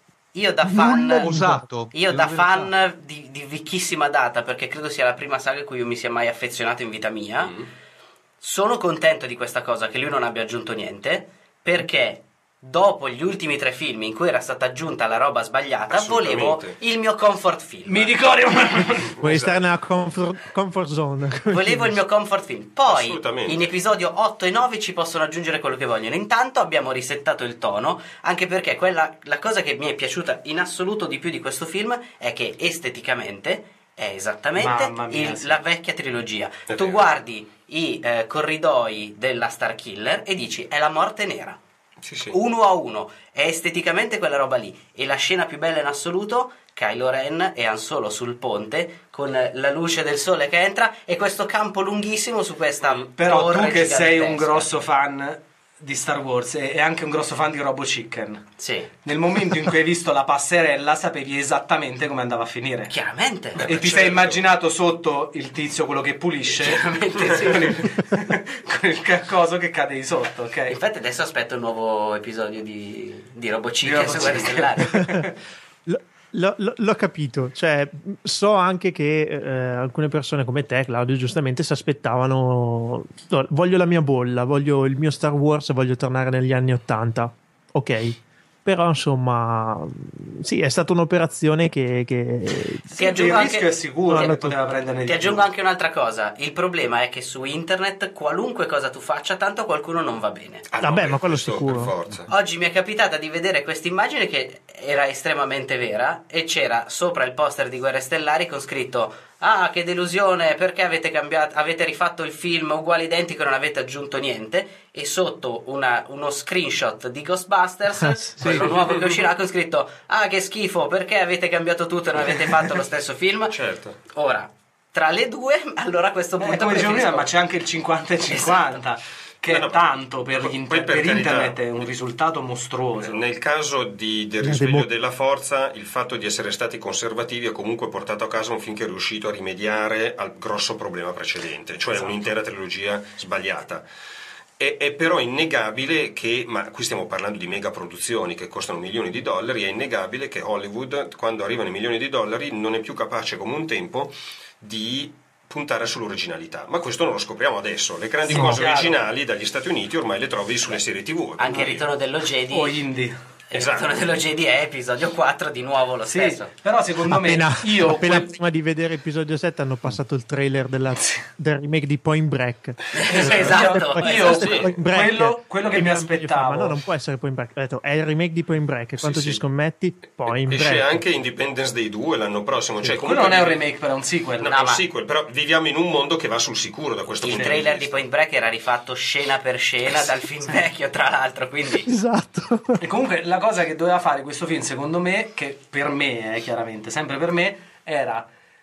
io da nulla fan di Usato. Io Devo da aver usato. fan di, di vecchissima data, perché credo sia la prima saga a cui io mi sia mai affezionato in vita mia, Mm. sono contento di questa cosa, che lui non abbia aggiunto niente, perché dopo gli ultimi tre film in cui era stata aggiunta la roba sbagliata, volevo Assolutamente. il mio comfort film. Mi ricordo. Vuoi stare nella comfort, comfort zone. Volevo il mio comfort film. Poi Assolutamente. in episodio otto e nove ci possono aggiungere quello che vogliono. Intanto abbiamo risettato il tono, anche perché quella, la cosa che mi è piaciuta in assoluto di più di questo film è che esteticamente è esattamente Mamma mia, il- sì. la vecchia trilogia. È Tu vero. guardi i eh, corridoi della Starkiller e dici è la morte nera. Sì, sì. Uno a uno, è esteticamente quella roba lì. E la scena più bella in assoluto, Kylo Ren e Han Solo sul ponte con la luce del sole che entra e questo campo lunghissimo su questa Però tu torre che sei un gigantesca. grosso fan di Star Wars e e anche un grosso fan di Robo Chicken, Sì, nel momento in cui hai visto la passerella sapevi esattamente come andava a finire. chiaramente. E ti certo. sei immaginato sotto il tizio, quello che pulisce, Chiaramente sì. con il, con il ca- coso che cade di sotto, ok? Infatti adesso aspetto il nuovo episodio di, di Robo Chicken Robo su Guerre Chicken. Stellari. L- l- l- l'ho capito, cioè so anche che eh, alcune persone come te, Claudio, giustamente si aspettavano no, voglio la mia bolla, voglio il mio Star Wars, voglio tornare negli anni ottanta, ok, però insomma sì, è stata un'operazione che, che... Ti aggiungo il anche- rischio è sicuro No, che no, poteva prenderne Ti di aggiungo più. anche un'altra cosa. Il problema è che su internet qualunque cosa tu faccia, tanto a qualcuno non va bene. Ah, Vabbè, beh, ma quello questo sicuro. per forza. Oggi mi è capitata di vedere questa immagine che era estremamente vera e c'era sopra il poster di Guerre Stellari con scritto ah, che delusione, perché avete cambiato, avete rifatto il film uguale identico e non avete aggiunto niente, e sotto una- uno screenshot di Ghostbusters, Sì. quello nuovo che uscirà, con scritto ah, che schifo, perché avete cambiato tutto e non avete fatto lo stesso film. Certo. Ora, tra le due, allora a questo Eh, punto come dicevo prima, preferisco- ma c'è anche il cinquanta e cinquanta, che No, è no, tanto per, poi gli per inter- per carità. internet, è un risultato mostruoso. Nel caso di, del La risveglio demo- della forza, il fatto di essere stati conservativi ha comunque portato a casa un film che è riuscito a rimediare al grosso problema precedente, cioè Esatto. un'intera trilogia sbagliata. È, è però innegabile che, ma qui stiamo parlando di mega produzioni che costano milioni di dollari, è innegabile che Hollywood, quando arrivano i milioni di dollari, non è più capace come un tempo di puntare sull'originalità. Ma questo non lo scopriamo adesso. Le grandi Sì, cose chiaro. originali dagli Stati Uniti ormai le trovi sulle serie tivù. anche il quindi- ritorno dello Jedi. O indie. Il Esatto. ritorno dello Jedi è episodio quattro di nuovo lo Sì, stesso. però secondo appena, me io appena quel- prima di vedere episodio sette hanno passato il trailer della- del remake di Point Break. Esatto. Io Sì. Point Break. quello, quello che E mi mia moglie fa, aspettavo, ma no, non può essere Point Break. Ho detto, è il remake di Point Break. E Sì, quanto sì. ci scommetti? Point Esce Break. anche Independence Day due l'anno prossimo. Cioè, quello comunque non è un vivi- remake, però è un sequel. No, No, è un ma- sequel, però viviamo in un mondo che va sul sicuro da questo Il punto trailer di di vista. Point Break era rifatto scena per scena dal film vecchio, tra l'altro, quindi Esatto. E comunque la cosa che doveva fare questo film, secondo me, che per me è chiaramente, sempre per me, era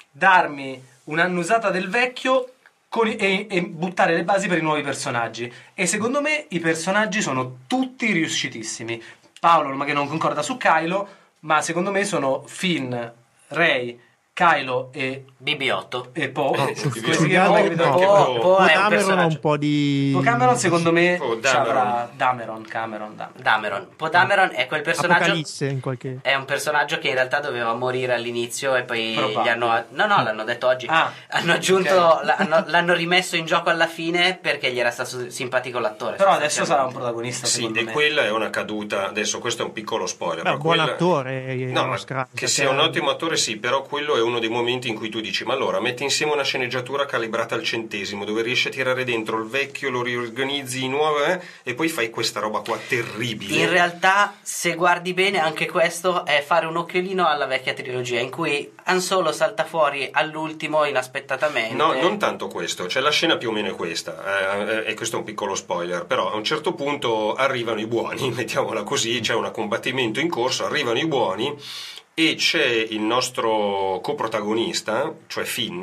darmi un'annusata del vecchio con i- e, e buttare le basi per i nuovi personaggi. E secondo me i personaggi sono tutti riuscitissimi. Paolo magari non concorda su Kylo, ma secondo me sono Finn, Rey, Kylo e, B B otto. e Poe. No, Come su- si su chiama? Poe- Che vedo no, anche che Poe. Poe, Poe è un Cameron ha personaggio. un po' di... Poe Cameron secondo me Oh, ci avrà Dameron, Cameron, Dameron. Dameron. Poe Dameron è quel personaggio. Apocalisse in qualche... È un personaggio che in realtà doveva morire all'inizio e poi Probabile. gli hanno. No, no, l'hanno detto oggi. Ah, hanno aggiunto. ok. l'hanno, l'hanno rimesso in gioco alla fine perché gli era stato simpatico l'attore. Però adesso sarà un sostanzialmente. protagonista, Sì, secondo e me. quella è una caduta. Adesso questo è un piccolo spoiler. Beh, però un buon quella- attore. eh, No, ma Oscar che Isaac, sia un eh. ottimo attore sì, però quello è uno dei momenti in cui tu dici: ma allora metti insieme una sceneggiatura calibrata al centesimo, dove riesci a tirare dentro il vecchio, lo riorganizzi di nuovo eh, e poi fai questa roba qua terribile. In realtà, se guardi bene, anche questo è fare un occhiolino alla vecchia trilogia, in cui Han Solo salta fuori all'ultimo inaspettatamente. No, non tanto questo, cioè la scena più o meno è questa, eh, e questo è un piccolo spoiler, però a un certo punto arrivano i buoni, mettiamola così, c'è un combattimento in corso, arrivano i buoni e c'è il nostro coprotagonista, cioè Finn,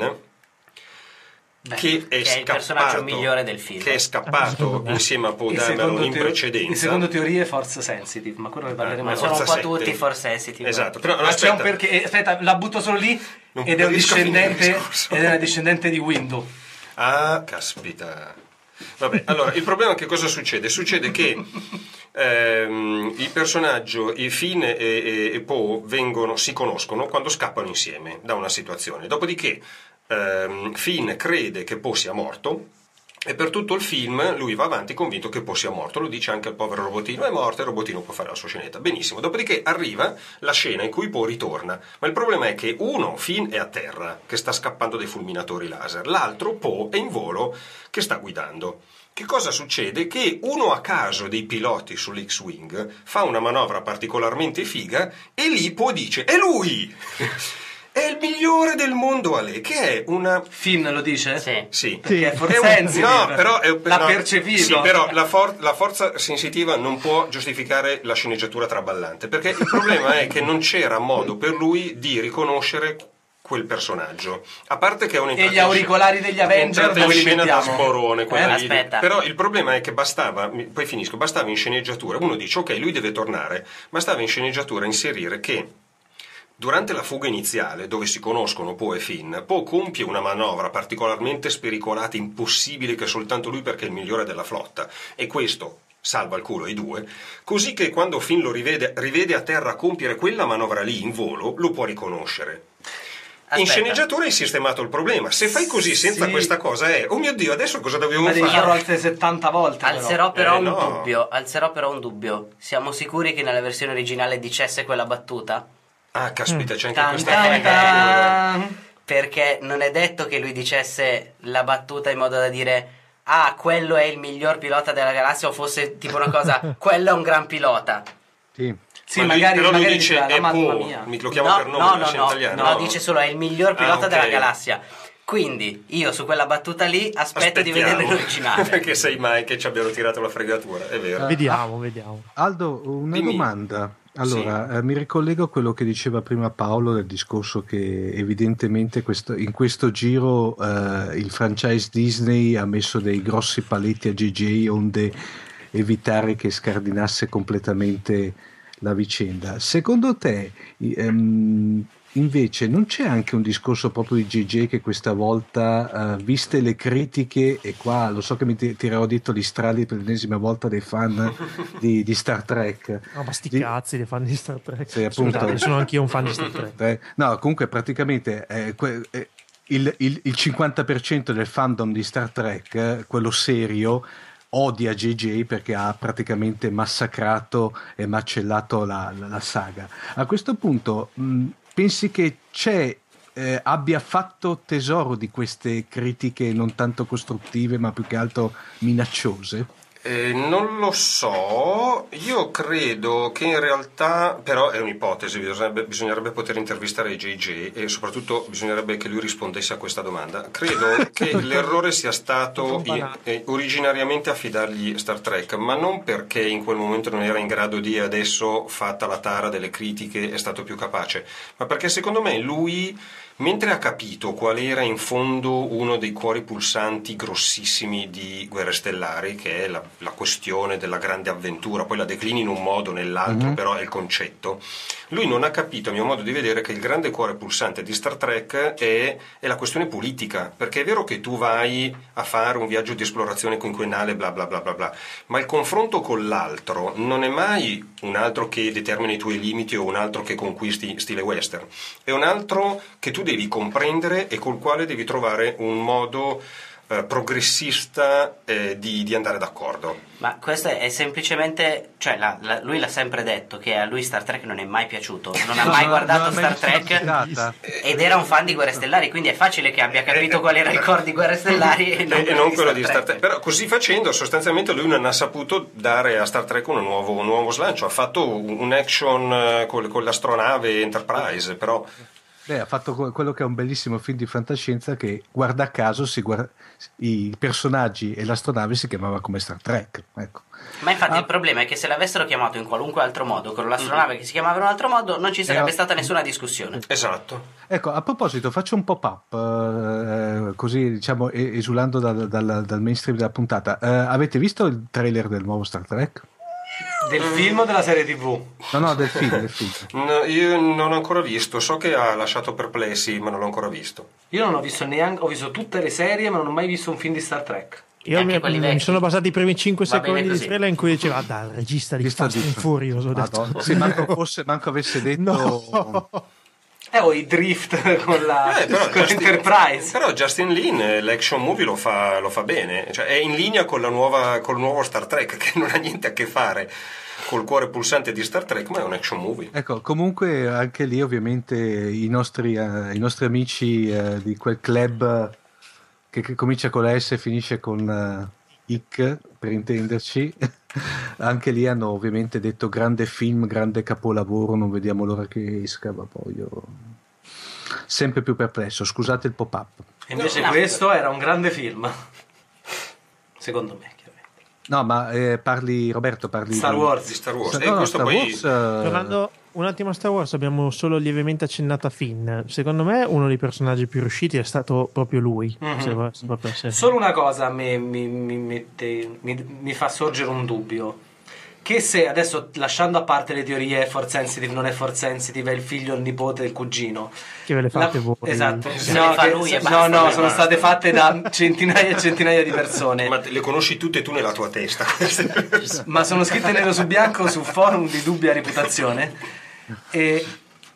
Beh, che, è, che è il personaggio scappato, migliore del film. che è scappato insieme a Poe Il Dameron secondo in teo- precedenza. Il secondo teorie force sensitive, ma quello ne parleremo Eh, ma dopo. Sono un Forza po' tutti sette. force sensitive. Esatto, però Ma c'è un aspetta, perché, eh, aspetta, la butto solo lì Non ed è un riesco a finire il discendente discorso. ed è una discendente di Windu. Ah, caspita. Vabbè, allora, il problema è che cosa succede? Succede che ehm, il personaggio, i Finn e, e, e Poe vengono, si conoscono quando scappano insieme da una situazione. Dopodiché ehm, Finn crede che Poe sia morto e per tutto il film lui va avanti convinto che Poe sia morto. Lo dice anche al povero robotino: è morto, il robotino può fare la sua scenetta. Benissimo. Dopodiché arriva la scena in cui Poe ritorna, ma il problema è che uno, Finn, è a terra che sta scappando dai fulminatori laser, l'altro, Poe, è in volo che sta guidando. Che cosa succede? Che uno a caso dei piloti sull'X-Wing fa una manovra particolarmente figa e lì Poe dice: è lui! È il migliore del mondo, Ale, che è una... Finn lo dice? Sì. Sì. Perché è forse È un- sensitive. no, però è, L'ha no, percepito. Sì, però la, for- la forza sensitiva non può giustificare la sceneggiatura traballante, perché il problema è che non c'era modo per lui di riconoscere quel personaggio, a parte che è un E gli auricolari degli Avenger entrata in dove li scena da mettiamo? sborone quella Eh, lì. aspetta. Però il problema è che bastava, poi finisco, bastava in sceneggiatura, uno dice ok, lui deve tornare, bastava in sceneggiatura inserire che durante la fuga iniziale, dove si conoscono Poe e Finn, Poe compie una manovra particolarmente spericolata, impossibile, che soltanto lui, perché è il migliore della flotta, e questo salva il culo ai due, così che quando Finn lo rivede, rivede a terra compiere quella manovra lì in volo, lo può riconoscere. In Aspetta. sceneggiatura hai sistemato il problema. Se fai così senza Sì. questa cosa è oh mio Dio, adesso cosa dovevo Ma devi farlo fare? altre settanta volte. Alzerò però Eh, un no. dubbio. Alzerò però un dubbio. Siamo sicuri che nella versione originale dicesse quella battuta? Ah, caspita, c'è anche Tan, questa tan, fregatura. Tan. Perché non è detto che lui dicesse la battuta in modo da dire ah, quello è il miglior pilota della galassia, o fosse tipo una cosa quello è un gran pilota. Sì. Sì, Ma lui- magari, però lui magari dice diceva, è "La mamma Poe", mia. mi lo chiamo no, per nome no, in no, scena no, italiana. no, dice solo è il miglior pilota Ah, ok. della galassia. Quindi io su quella battuta lì aspetto di Aspettiamo. vedere l'originale. Perché sai mai che ci abbiano tirato la fregatura, è vero. Vediamo, vediamo. Aldo, una Dimmi. domanda. Allora, eh, mi ricollego a quello che diceva prima Paolo del discorso che evidentemente questo- in questo giro eh, il franchise Disney ha messo dei grossi paletti a J J onde evitare che scardinasse completamente la vicenda. Secondo te, i- ehm, invece, non c'è anche un discorso proprio di J J che questa volta, eh, viste le critiche, e qua lo so che mi ti- tirerò dietro gli strali per l'ennesima volta dei fan di, di Star Trek. No, ma sti Di- cazzi dei fan di Star Trek. Sì, appunto. Scusate, sono anch'io un fan di Star Trek. Eh, no, comunque praticamente eh, que- eh, il, il- il cinquanta per cento del fandom di Star Trek, eh, quello serio, odia J J perché ha praticamente massacrato e macellato la, la- la saga. A questo punto mh, pensi che c'è eh, abbia fatto tesoro di queste critiche non tanto costruttive ma più che altro minacciose? Eh, non lo so, io credo che in realtà, però è un'ipotesi, bisognerebbe, bisognerebbe poter intervistare J J e soprattutto bisognerebbe che lui rispondesse a questa domanda. Credo che l'errore sia stato i- eh, originariamente affidargli Star Trek, ma non perché in quel momento non era in grado di, adesso fatta la tara delle critiche è stato più capace, ma perché secondo me lui, mentre ha capito qual era in fondo uno dei cuori pulsanti grossissimi di Guerre Stellari, che è la, la questione della grande avventura, poi la declini in un modo o nell'altro, Mhm. però è il concetto, lui non ha capito, a mio modo di vedere, che il grande cuore pulsante di Star Trek è, è la questione politica, perché è vero che tu vai a fare un viaggio di esplorazione quinquennale, bla bla bla bla bla, ma il confronto con l'altro non è mai un altro che determina i tuoi limiti o un altro che conquisti stile western, è un altro che tu devi comprendere e col quale devi trovare un modo eh, progressista eh, di, di andare d'accordo. Ma questo è semplicemente, cioè la, la, lui l'ha sempre detto che a lui Star Trek non è mai piaciuto, non ha mai no, guardato non ha mai Star visto una puntata. Trek ed era un fan di Guerre Stellari, quindi è facile che abbia capito qual era il core di Guerre Stellari e non, e non quello di Star Trek. Però così facendo sostanzialmente lui non ha saputo dare a Star Trek un nuovo, un nuovo slancio, ha fatto un action con, con l'astronave Enterprise, però Beh, ha fatto quello che è un bellissimo film di fantascienza che, guarda caso, si guarda, i personaggi e l'astronave si chiamava come Star Trek. Ecco. Ma infatti ah. il problema è che se l'avessero chiamato in qualunque altro modo, con l'astronave mm-hmm. che si chiamava in un altro modo, non ci sarebbe Era... stata nessuna discussione. Esatto. Ecco, a proposito, faccio un pop-up, eh, così diciamo esulando dal, dal, dal mainstream della puntata. Eh, avete visto il trailer del nuovo Star Trek? Del film o della serie tivù? No, no, del film, del film. No, io non l'ho ancora visto, so che ha lasciato perplessi, ma non l'ho ancora visto. Io non ho visto neanche, ho visto tutte le serie, ma non ho mai visto un film di Star Trek. Io mi, mi sono basati i primi cinque Va secondi bene di così. trailer in cui diceva: ah, dai, il regista di Fast and Furious. Ho detto. Madonna, se manco, fosse, manco avesse detto No. Eh, o i drift con la Eh, però con Justin- l'Enterprise. Però Justin Lin eh, l'action movie lo fa, lo fa bene, cioè è in linea con la nuova, col nuovo Star Trek, che non ha niente a che fare col cuore pulsante di Star Trek, ma è un action movie. Ecco, comunque anche lì ovviamente i nostri, eh, i nostri amici eh, di quel club che, che comincia con la S e finisce con uh, I C, per intenderci, anche lì hanno ovviamente detto grande film, grande capolavoro, non vediamo l'ora che esca, ma poi io sempre più perplesso, scusate il pop-up. E invece No, no. questo era un grande film. Secondo me, chiaramente. No, ma eh, parli, Roberto, parli Star di- Wars. Di Star Wars. No, E no, questo Star poi Wars, eh, Tornando un attimo a Star Wars, abbiamo solo lievemente accennato a Finn. Secondo me uno dei personaggi più riusciti è stato proprio lui. Mhm. Se va- se proprio se- Solo una cosa mi, mi, mi, mette- mi- mi fa sorgere un dubbio. Che se adesso, lasciando a parte le teorie force sensitive, non è force sensitive, è il figlio, il nipote, il cugino. Che ve le fate La- voi. Esatto. Se No, le fa che- lui e no, basta, no, e sono basta. state fatte da centinaia e centinaia di persone. ma le conosci tutte tu nella tua testa queste. Ma sono scritte nero su bianco su forum di dubbia reputazione. E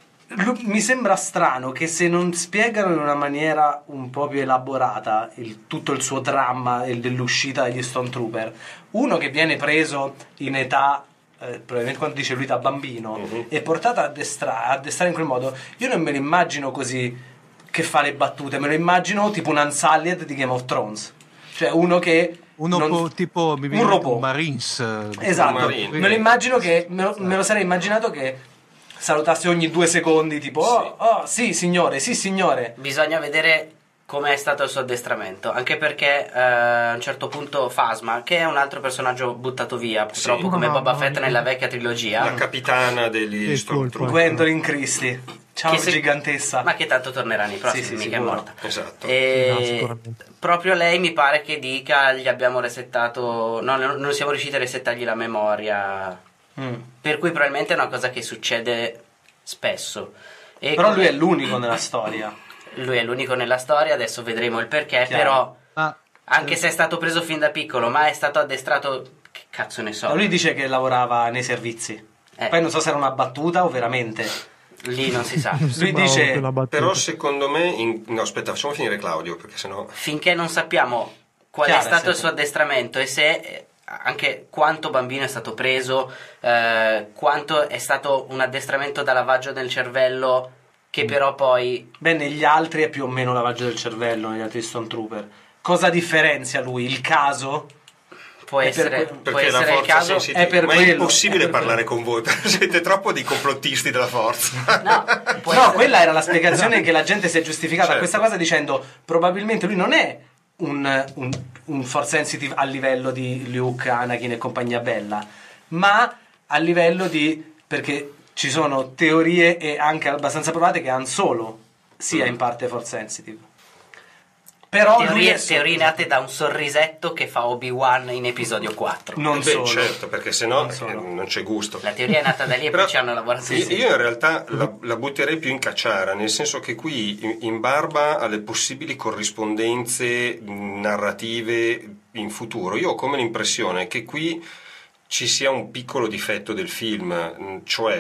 lu- mi sembra strano che se non spiegano in una maniera un po' più elaborata il- tutto il suo dramma il- dell'uscita degli Stormtrooper, uno che viene preso in età eh, probabilmente quando dice lui da bambino Mhm. e portato a addestra- a addestrare in quel modo, io non me lo immagino così che fa le battute, me lo immagino tipo un Unsullied di Game of Thrones, cioè uno che uno non- po' tipo mi viene un in mente robot. un Marines, eh, Esatto, Marine. me lo immagino che me lo, me lo sarei immaginato che salutasse ogni due secondi tipo oh, oh sì signore, sì signore. Bisogna vedere come è stato il suo addestramento, anche perché eh, a un certo punto Phasma, che è un altro personaggio buttato via purtroppo Sì. come No, Boba no, Fett no. nella vecchia trilogia, La capitana degli Che Stormtrooper. Gwendolyn Christie, ciao Che se- gigantessa. ma che tanto tornerà nei prossimi, Sì, sì, mica è sicuro. morta. Esatto. E No, sicuramente. proprio lei mi pare che dica gli abbiamo resettato, no, non non siamo riusciti a resettargli la memoria, Mm. per cui probabilmente è una cosa che succede spesso. E Però come- lui è l'unico nella storia. lui è l'unico nella storia, adesso vedremo il perché, Chiaro. però ma anche se è stato preso fin da piccolo, ma è stato addestrato, che cazzo ne so. Ma lui dice che lavorava nei servizi. Eh. Poi non so se era una battuta o veramente. Lì non si sa. Non Lui sembrava dice- proprio una battuta. Però secondo me in- no aspetta, facciamo finire Claudio perché sennò Finché non sappiamo qual Chiaro, è stato sì. il suo addestramento e se eh, anche quanto bambino è stato preso, eh, quanto è stato un addestramento da lavaggio del cervello che Mm. però poi Beh, negli altri è più o meno lavaggio del cervello, negli altri Stormtrooper. Cosa differenzia lui? Il caso? può È per essere, que- può perché la essere il forza caso. sensitiva, è per ma è quello, impossibile è per parlare con voi perché siete troppo dei complottisti della forza. No, può No, essere- quella era la spiegazione che la gente si è giustificata a Certo. questa cosa dicendo probabilmente lui non è un, un, un force sensitive a livello di Luke, Anakin e compagnia bella, ma a livello di, perché ci sono teorie e anche abbastanza provate che Han Solo sia in parte force sensitive. Però lui teorie, è teorie nate da un sorrisetto che fa Obi-Wan in episodio quattro. non Beh, solo. certo, perché sennò Non solo. eh, non c'è gusto. La teoria è nata da lì e Però poi ci hanno lavorato io, insieme. io in realtà la, la butterei più in cacciara, nel senso che qui in, in barba alle possibili corrispondenze mh, narrative in futuro, io ho come l'impressione che qui ci sia un piccolo difetto del film, mh, cioè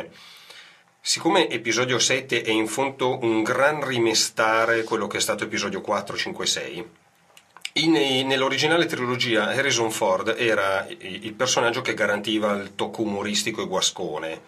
siccome episodio sette è in fondo un gran rimestare quello che è stato episodio quattro, cinque, sei, In, nell'originale trilogia Harrison Ford era il personaggio che garantiva il tocco umoristico e guascone.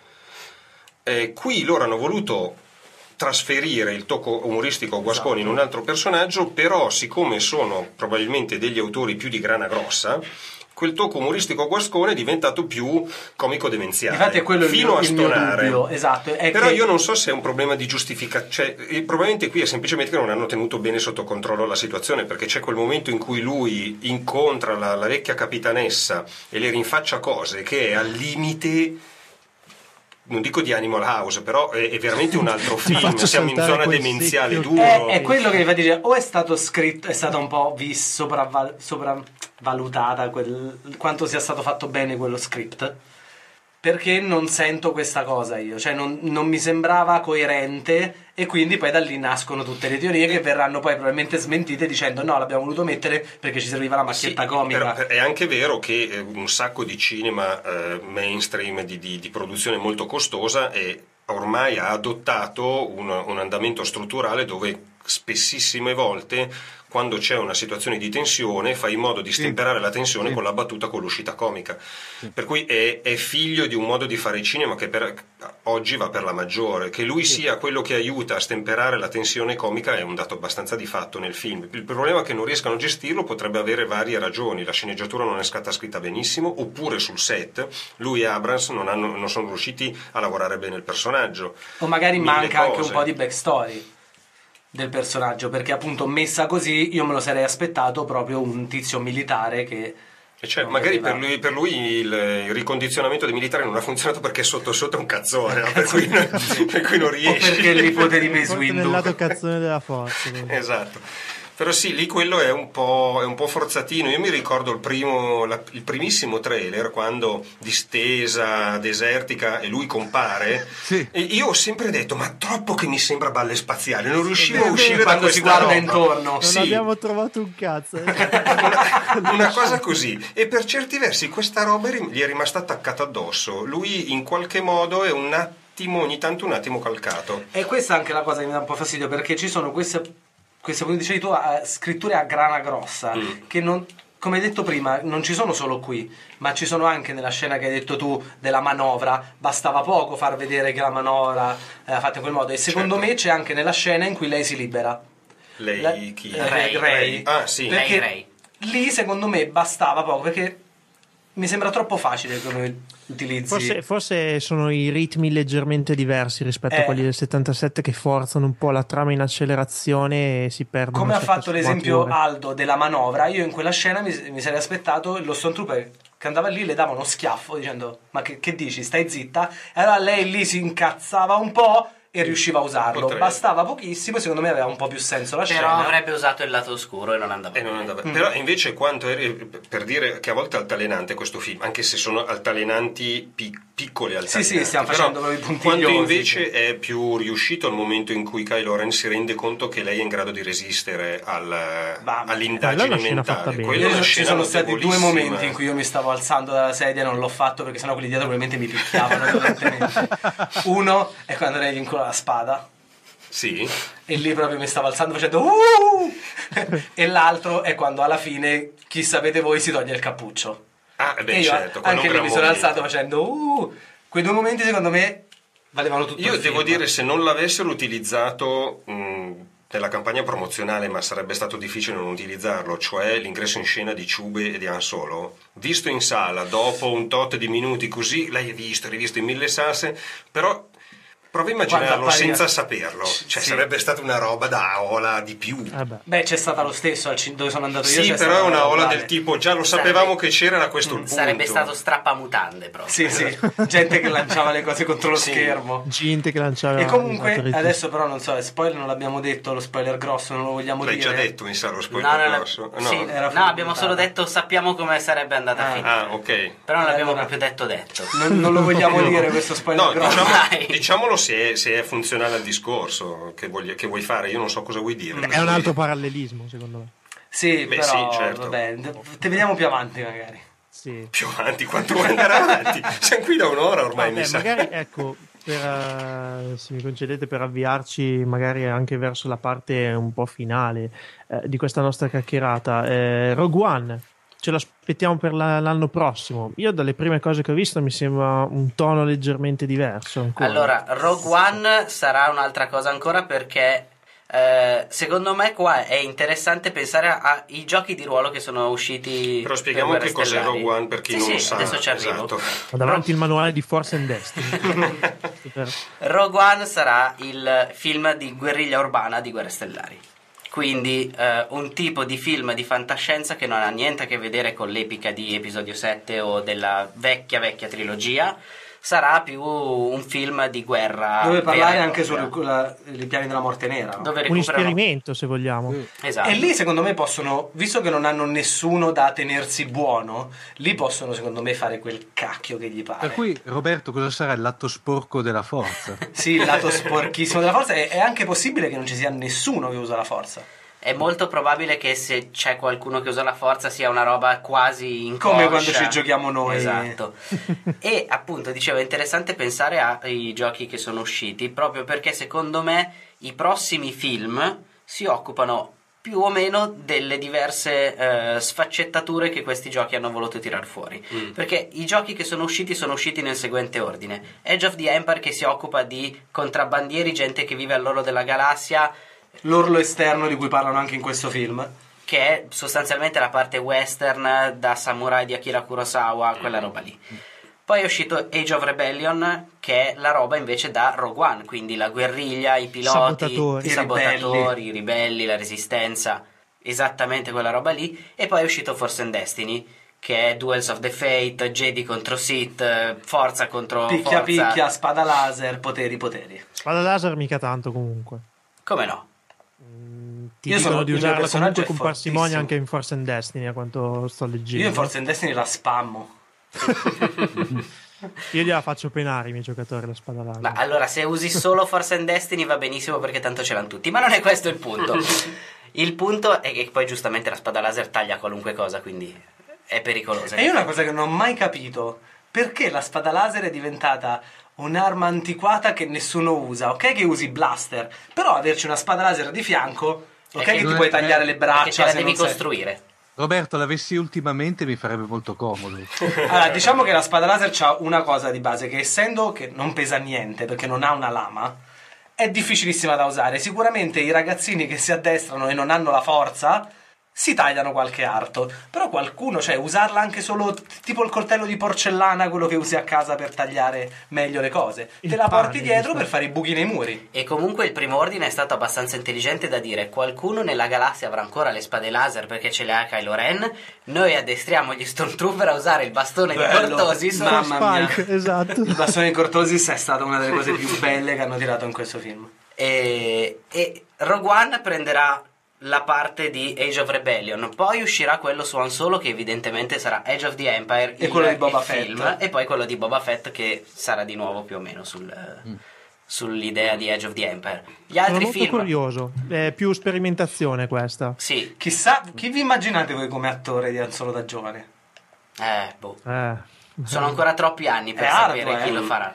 Eh, qui loro hanno voluto trasferire il tocco umoristico guascone esatto. in un altro personaggio, però siccome sono probabilmente degli autori più di grana grossa, quel tocco umoristico guascone è diventato più comico demenziale. Infatti è quello fino il mio, a stonare. il mio dubbio, esatto. È Però che... io non so se è un problema di giustificazione. Cioè, probabilmente qui è semplicemente che non hanno tenuto bene sotto controllo la situazione, perché c'è quel momento in cui lui incontra la, la vecchia capitanessa e le rinfaccia cose che è al limite. Non dico di Animal House, però è, è veramente un altro film. Siamo in zona demenziale duro. È, è quello che mi fa dire: o è stato scritto, è stata un po' vis, sopravval, sopravvalutata quel, quanto sia stato fatto bene quello script. Perché non sento questa cosa io, cioè non, non mi sembrava coerente, e quindi poi da lì nascono tutte le teorie che verranno poi probabilmente smentite dicendo no, l'abbiamo voluto mettere perché ci serviva la macchietta sì, comica. Però è anche vero che un sacco di cinema eh, mainstream di, di, di produzione molto costosa e ormai ha adottato un, un andamento strutturale dove spessissime volte quando c'è una situazione di tensione fai in modo di stemperare sì. la tensione sì. con la battuta, con l'uscita comica, sì. per cui è, è figlio di un modo di fare cinema che per, oggi va per la maggiore. Che lui sì. sia quello che aiuta a stemperare la tensione comica è un dato abbastanza di fatto nel film. Il problema è che non riescano a gestirlo potrebbe avere varie ragioni: la sceneggiatura non è stata scritta benissimo, oppure sul set lui e Abrams non, hanno, non sono riusciti a lavorare bene il personaggio, o magari Mille manca cose. Anche un po' di backstory del personaggio, perché appunto messa così io me lo sarei aspettato proprio un tizio militare che e cioè, magari per lui, per lui il, il ricondizionamento dei militari non ha funzionato perché sotto sotto è un cazzone, no? per, cui non, per cui non riesce, o perché il nipote di Mace Windu nel lato cazzone della forza. Esatto. Però sì, lì quello è un po', è un po' forzatino. Io mi ricordo il primo, la, il primissimo trailer, quando distesa, desertica, e lui compare. Sì. E io ho sempre detto, ma troppo che mi sembra balle spaziali. Non riuscivo a uscire da questa si guarda roba. intorno. Non sì. abbiamo trovato un cazzo. una, una cosa così. E per certi versi questa roba gli è rimasta attaccata addosso. Lui in qualche modo è un attimo, ogni tanto un attimo calcato. E questa è anche la cosa che mi dà un po' fastidio, perché ci sono queste... queste, come dicevi tu, scritture a grana grossa mm. che non, come hai detto prima, non ci sono solo qui, ma ci sono anche nella scena che hai detto tu della manovra. Bastava poco far vedere che la manovra era fatta in quel modo, e secondo certo. me c'è anche nella scena in cui lei si libera. Lei la, chi? Eh, Ray, Ray. Ah sì, perché Ray, Ray. Lì secondo me bastava poco, perché mi sembra troppo facile come utilizzi. Forse, forse sono i ritmi leggermente diversi rispetto eh. a quelli del settantasette, che forzano un po' la trama in accelerazione e si perdono. Come ha fatto l'esempio Aldo della manovra, io in quella scena mi, mi sarei aspettato lo stormtrooper che andava lì, le dava uno schiaffo dicendo ma che, che dici, stai zitta, e allora lei lì si incazzava un po' e riusciva a usarlo. Potrebbe. Bastava pochissimo, e secondo me aveva un po' più senso la però scena. Però avrebbe usato il lato oscuro e non andava. E non andava. Mm. Però invece quanto è, per dire che a volte è altalenante questo film, anche se sono altalenanti pic- piccoli altalenanti. Sì, sì, stiamo facendo proprio i puntigliosi. Quanto invece sì. è più riuscito il momento in cui Kylo Ren si rende conto che lei è in grado di resistere al, bah, all'indagine mentale. Io, ci sono stati due momenti in cui io mi stavo alzando dalla sedia e non l'ho fatto perché sennò quelli dietro probabilmente mi picchiavano. Uno è quando lei vincola la spada. Sì. E lì proprio mi stavo alzando facendo uh! E l'altro è quando alla fine, chi sapete voi, si toglie il cappuccio. Ah, beh, e io certo. anche lì mi sono alzato facendo uh! Quei due momenti secondo me valevano tutto. Io il devo film. dire, se non l'avessero utilizzato mh, nella campagna promozionale, ma sarebbe stato difficile non utilizzarlo, cioè l'ingresso in scena di Ciube e di Han Solo, visto in sala dopo un tot di minuti così, l'hai visto, rivisto in mille salse, però prova a immaginarlo senza saperlo, cioè sì. sarebbe stata una roba da ola di più. Eh beh. beh, c'è stata lo stesso al c- dove sono andato io. Sì, però è una ola del tipo, già lo sapevamo sarebbe, che c'era, era questo il punto. Sarebbe stato strappamutande proprio. Sì, sì, gente che lanciava le cose contro lo sì. schermo. Gente che lanciava. E comunque, adesso però non so, spoiler non l'abbiamo detto, lo spoiler grosso non lo vogliamo L'hai dire. L'hai già detto, mi sa, lo spoiler no, no, grosso? No, sì, no, no abbiamo solo detto sappiamo come sarebbe andata ah, a finire. Ah, ok. Però non l'abbiamo allora, proprio detto detto. Non, non lo vogliamo dire questo spoiler no, grosso. Diciamo, diciamolo se è, se è funzionale al discorso che, voglia, che vuoi fare, io non so cosa vuoi dire. È un altro parallelismo, secondo me. Sì, Beh, però sì, certo. vabbè, te vediamo più avanti magari. Sì. Più avanti, quanto vuoi andare avanti? Siamo qui da un'ora ormai, vabbè, mi sa. Magari, ecco, per, uh, se mi concedete, per avviarci magari anche verso la parte un po' finale eh, di questa nostra chiacchierata, eh, Rogue One ce l'aspettiamo per la, l'anno prossimo. Io dalle prime cose che ho visto mi sembra un tono leggermente diverso ancora. Allora, Rogue One sarà un'altra cosa ancora, perché eh, secondo me qua è interessante pensare ai giochi di ruolo che sono usciti. Però spieghiamo per che cos'è Stellari. Rogue One per chi sì, non sì, lo sa. Adesso ci arrivo. Esatto. Ho davanti il manuale di Force and Destiny. Rogue One sarà il film di guerriglia urbana di Guerre Stellari. Quindi eh, un tipo di film di fantascienza che non ha niente a che vedere con l'epica di Episodio sette o della vecchia vecchia trilogia. Sarà più un film di guerra. Dove parlare vera e anche propria. sui piani della morte nera, no? Dove Un recuperano- esperimento, se vogliamo. Esatto. E lì secondo me possono, visto che non hanno nessuno da tenersi buono, lì possono secondo me fare quel cacchio che gli pare. Per cui, Roberto, cosa sarà il lato sporco della forza? Sì, il lato sporchissimo della forza. È, è anche possibile che non ci sia nessuno che usa la forza. È molto probabile che se c'è qualcuno che usa la forza sia una roba quasi inconscia. Come quando ci giochiamo noi. Esatto. E appunto dicevo, è interessante pensare ai giochi che sono usciti, proprio perché secondo me i prossimi film si occupano più o meno delle diverse eh, sfaccettature che questi giochi hanno voluto tirar fuori. Mm. Perché i giochi che sono usciti sono usciti nel seguente ordine: Age of the Empire, che si occupa di contrabbandieri, gente che vive all'orlo della galassia, L'orlo esterno di cui parlano anche in questo film, che è sostanzialmente la parte western da samurai di Akira Kurosawa, quella roba lì. Poi è uscito Age of Rebellion, che è la roba invece da Rogue One, quindi la guerriglia, i piloti, Sabotatori. i I sabotatori, i ribelli, la resistenza, esattamente quella roba lì. E poi è uscito Force and Destiny, che è Duels of the Fate, Jedi contro Sith, forza contro picchia forza. picchia, spada laser, poteri poteri. Spada laser mica tanto comunque. Come no? Ti Io dicono sono- di il mio usarla personaggio comunque è con parsimonia fortissimo. anche in Force and Destiny, a quanto sto leggendo. Io in Force and Destiny la spammo. Io gliela faccio penare i miei giocatori la spada laser. Ma allora, se usi solo Force and Destiny va benissimo, perché tanto ce l'hanno tutti, ma non è questo il punto. Il punto è che poi giustamente la spada laser taglia qualunque cosa, quindi è pericolosa. E io una cosa che non ho mai capito, perché la spada laser è diventata un'arma antiquata che nessuno usa. Ok che usi blaster, però averci una spada laser di fianco, ok È che, che ti non puoi è- tagliare le Perché braccia ce la se devi non sei- costruire. Roberto, l'avessi ultimamente mi farebbe molto comodo. Allora, diciamo che la spada laser ha una cosa di base, che essendo che non pesa niente, perché non ha una lama, è difficilissima da usare. Sicuramente i ragazzini che si addestrano e non hanno la forza si tagliano qualche arto, però qualcuno, cioè usarla anche solo t- tipo il coltello di porcellana, quello che usi a casa per tagliare meglio le cose, Il te la porti pane, dietro giusto. per fare i buchi nei muri. E comunque il primo ordine è stato abbastanza intelligente da dire: qualcuno nella galassia avrà ancora le spade laser perché ce le ha Kylo Ren, noi addestriamo gli Stormtrooper a usare il bastone Bello. di Cortosis. Ma- Con mamma mia. Spike, esatto. Il bastone di Cortosis è stata una delle cose più belle che hanno tirato in questo film. E, e Rogue One prenderà la parte di Age of Rebellion, poi uscirà quello su Han Solo, che evidentemente sarà Age of the Empire, E il, quello di Boba il Fett. film, e poi quello di Boba Fett, che sarà di nuovo più o meno sul, sull'idea di Age of the Empire. Gli Sono altri molto film, curioso. È più sperimentazione questa. sì, Chissà, chi vi immaginate voi come attore di Han Solo da giovane? eh, boh. Eh. Sono ancora troppi anni per È sapere arduo, chi eh. lo farà.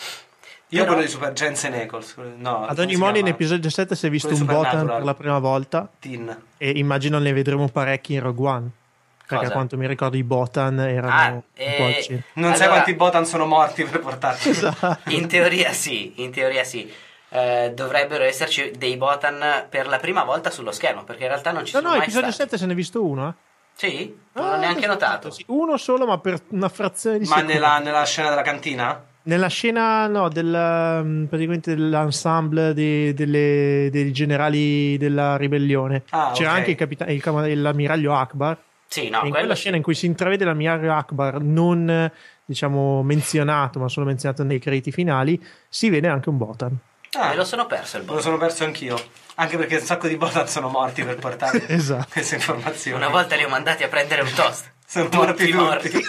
Io Però- quello di Super Jensen Ackles, no, Ad come ogni si modo in chiama? episodio sette si è visto Quello un di Botan Supernatural. per la prima volta Tin. e immagino ne vedremo parecchi in Rogue One. Perché Cosa? a quanto mi ricordo i Botan erano Ah, un eh, po' al centro. Non sai Allora- quanti Botan sono morti per portarci. Esatto. In teoria sì, in teoria sì. Eh, dovrebbero esserci dei Botan per la prima volta sullo schermo, perché in realtà non ci No, sono no, mai episodio stati. sette se ne è visto uno, eh. Sì? Non Ah, l'ho neanche questo- notato. sì, uno solo, ma per una frazione di Ma secondo. nella, nella scena della cantina? Nella scena, no, del, um, praticamente dell'ensemble di- delle- dei generali della ribellione. Ah, C'era ok. anche il capita- il cam- l'ammiraglio Akbar. Sì, no, e in quello quella sì. scena in cui si intravede l'ammiraglio Akbar non, diciamo, menzionato, ma solo menzionato nei crediti finali, si vede anche un Botan. Ah, Me lo sono perso il me lo Botan. sono perso anch'io. Anche perché un sacco di Botan sono morti per portare Esatto. queste informazioni. Una volta li ho mandati a prendere un toast. Sono morti Tutti morti. tutti.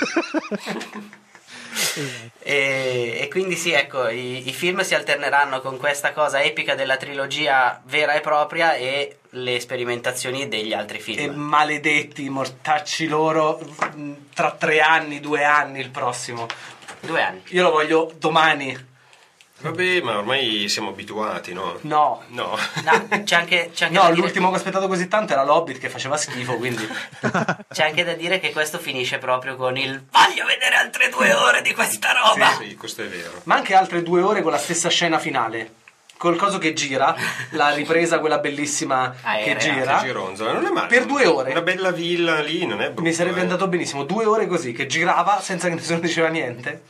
E, e quindi sì, ecco, i, i film si alterneranno con questa cosa epica della trilogia vera e propria e le sperimentazioni degli altri E film. maledetti, mortacci loro, mh, tra tre anni, due anni il prossimo. Due anni. Io lo voglio domani. Vabbè, ma ormai siamo abituati, no? No. No. No, c'è anche, c'è anche No, da dire- l'ultimo che ho aspettato così tanto era l'Hobbit che faceva schifo, quindi c'è anche da dire che questo finisce proprio con il voglio vedere altre due ore di questa roba. Sì, questo è vero. ma anche altre due ore con la stessa scena finale. Col coso che gira, la ripresa quella bellissima Aerea, che gira. Che gironzola, non è male. Per due ore. Una bella villa lì, non è brutta. Mi sarebbe eh. andato benissimo, due ore così, che girava senza che nessuno diceva niente.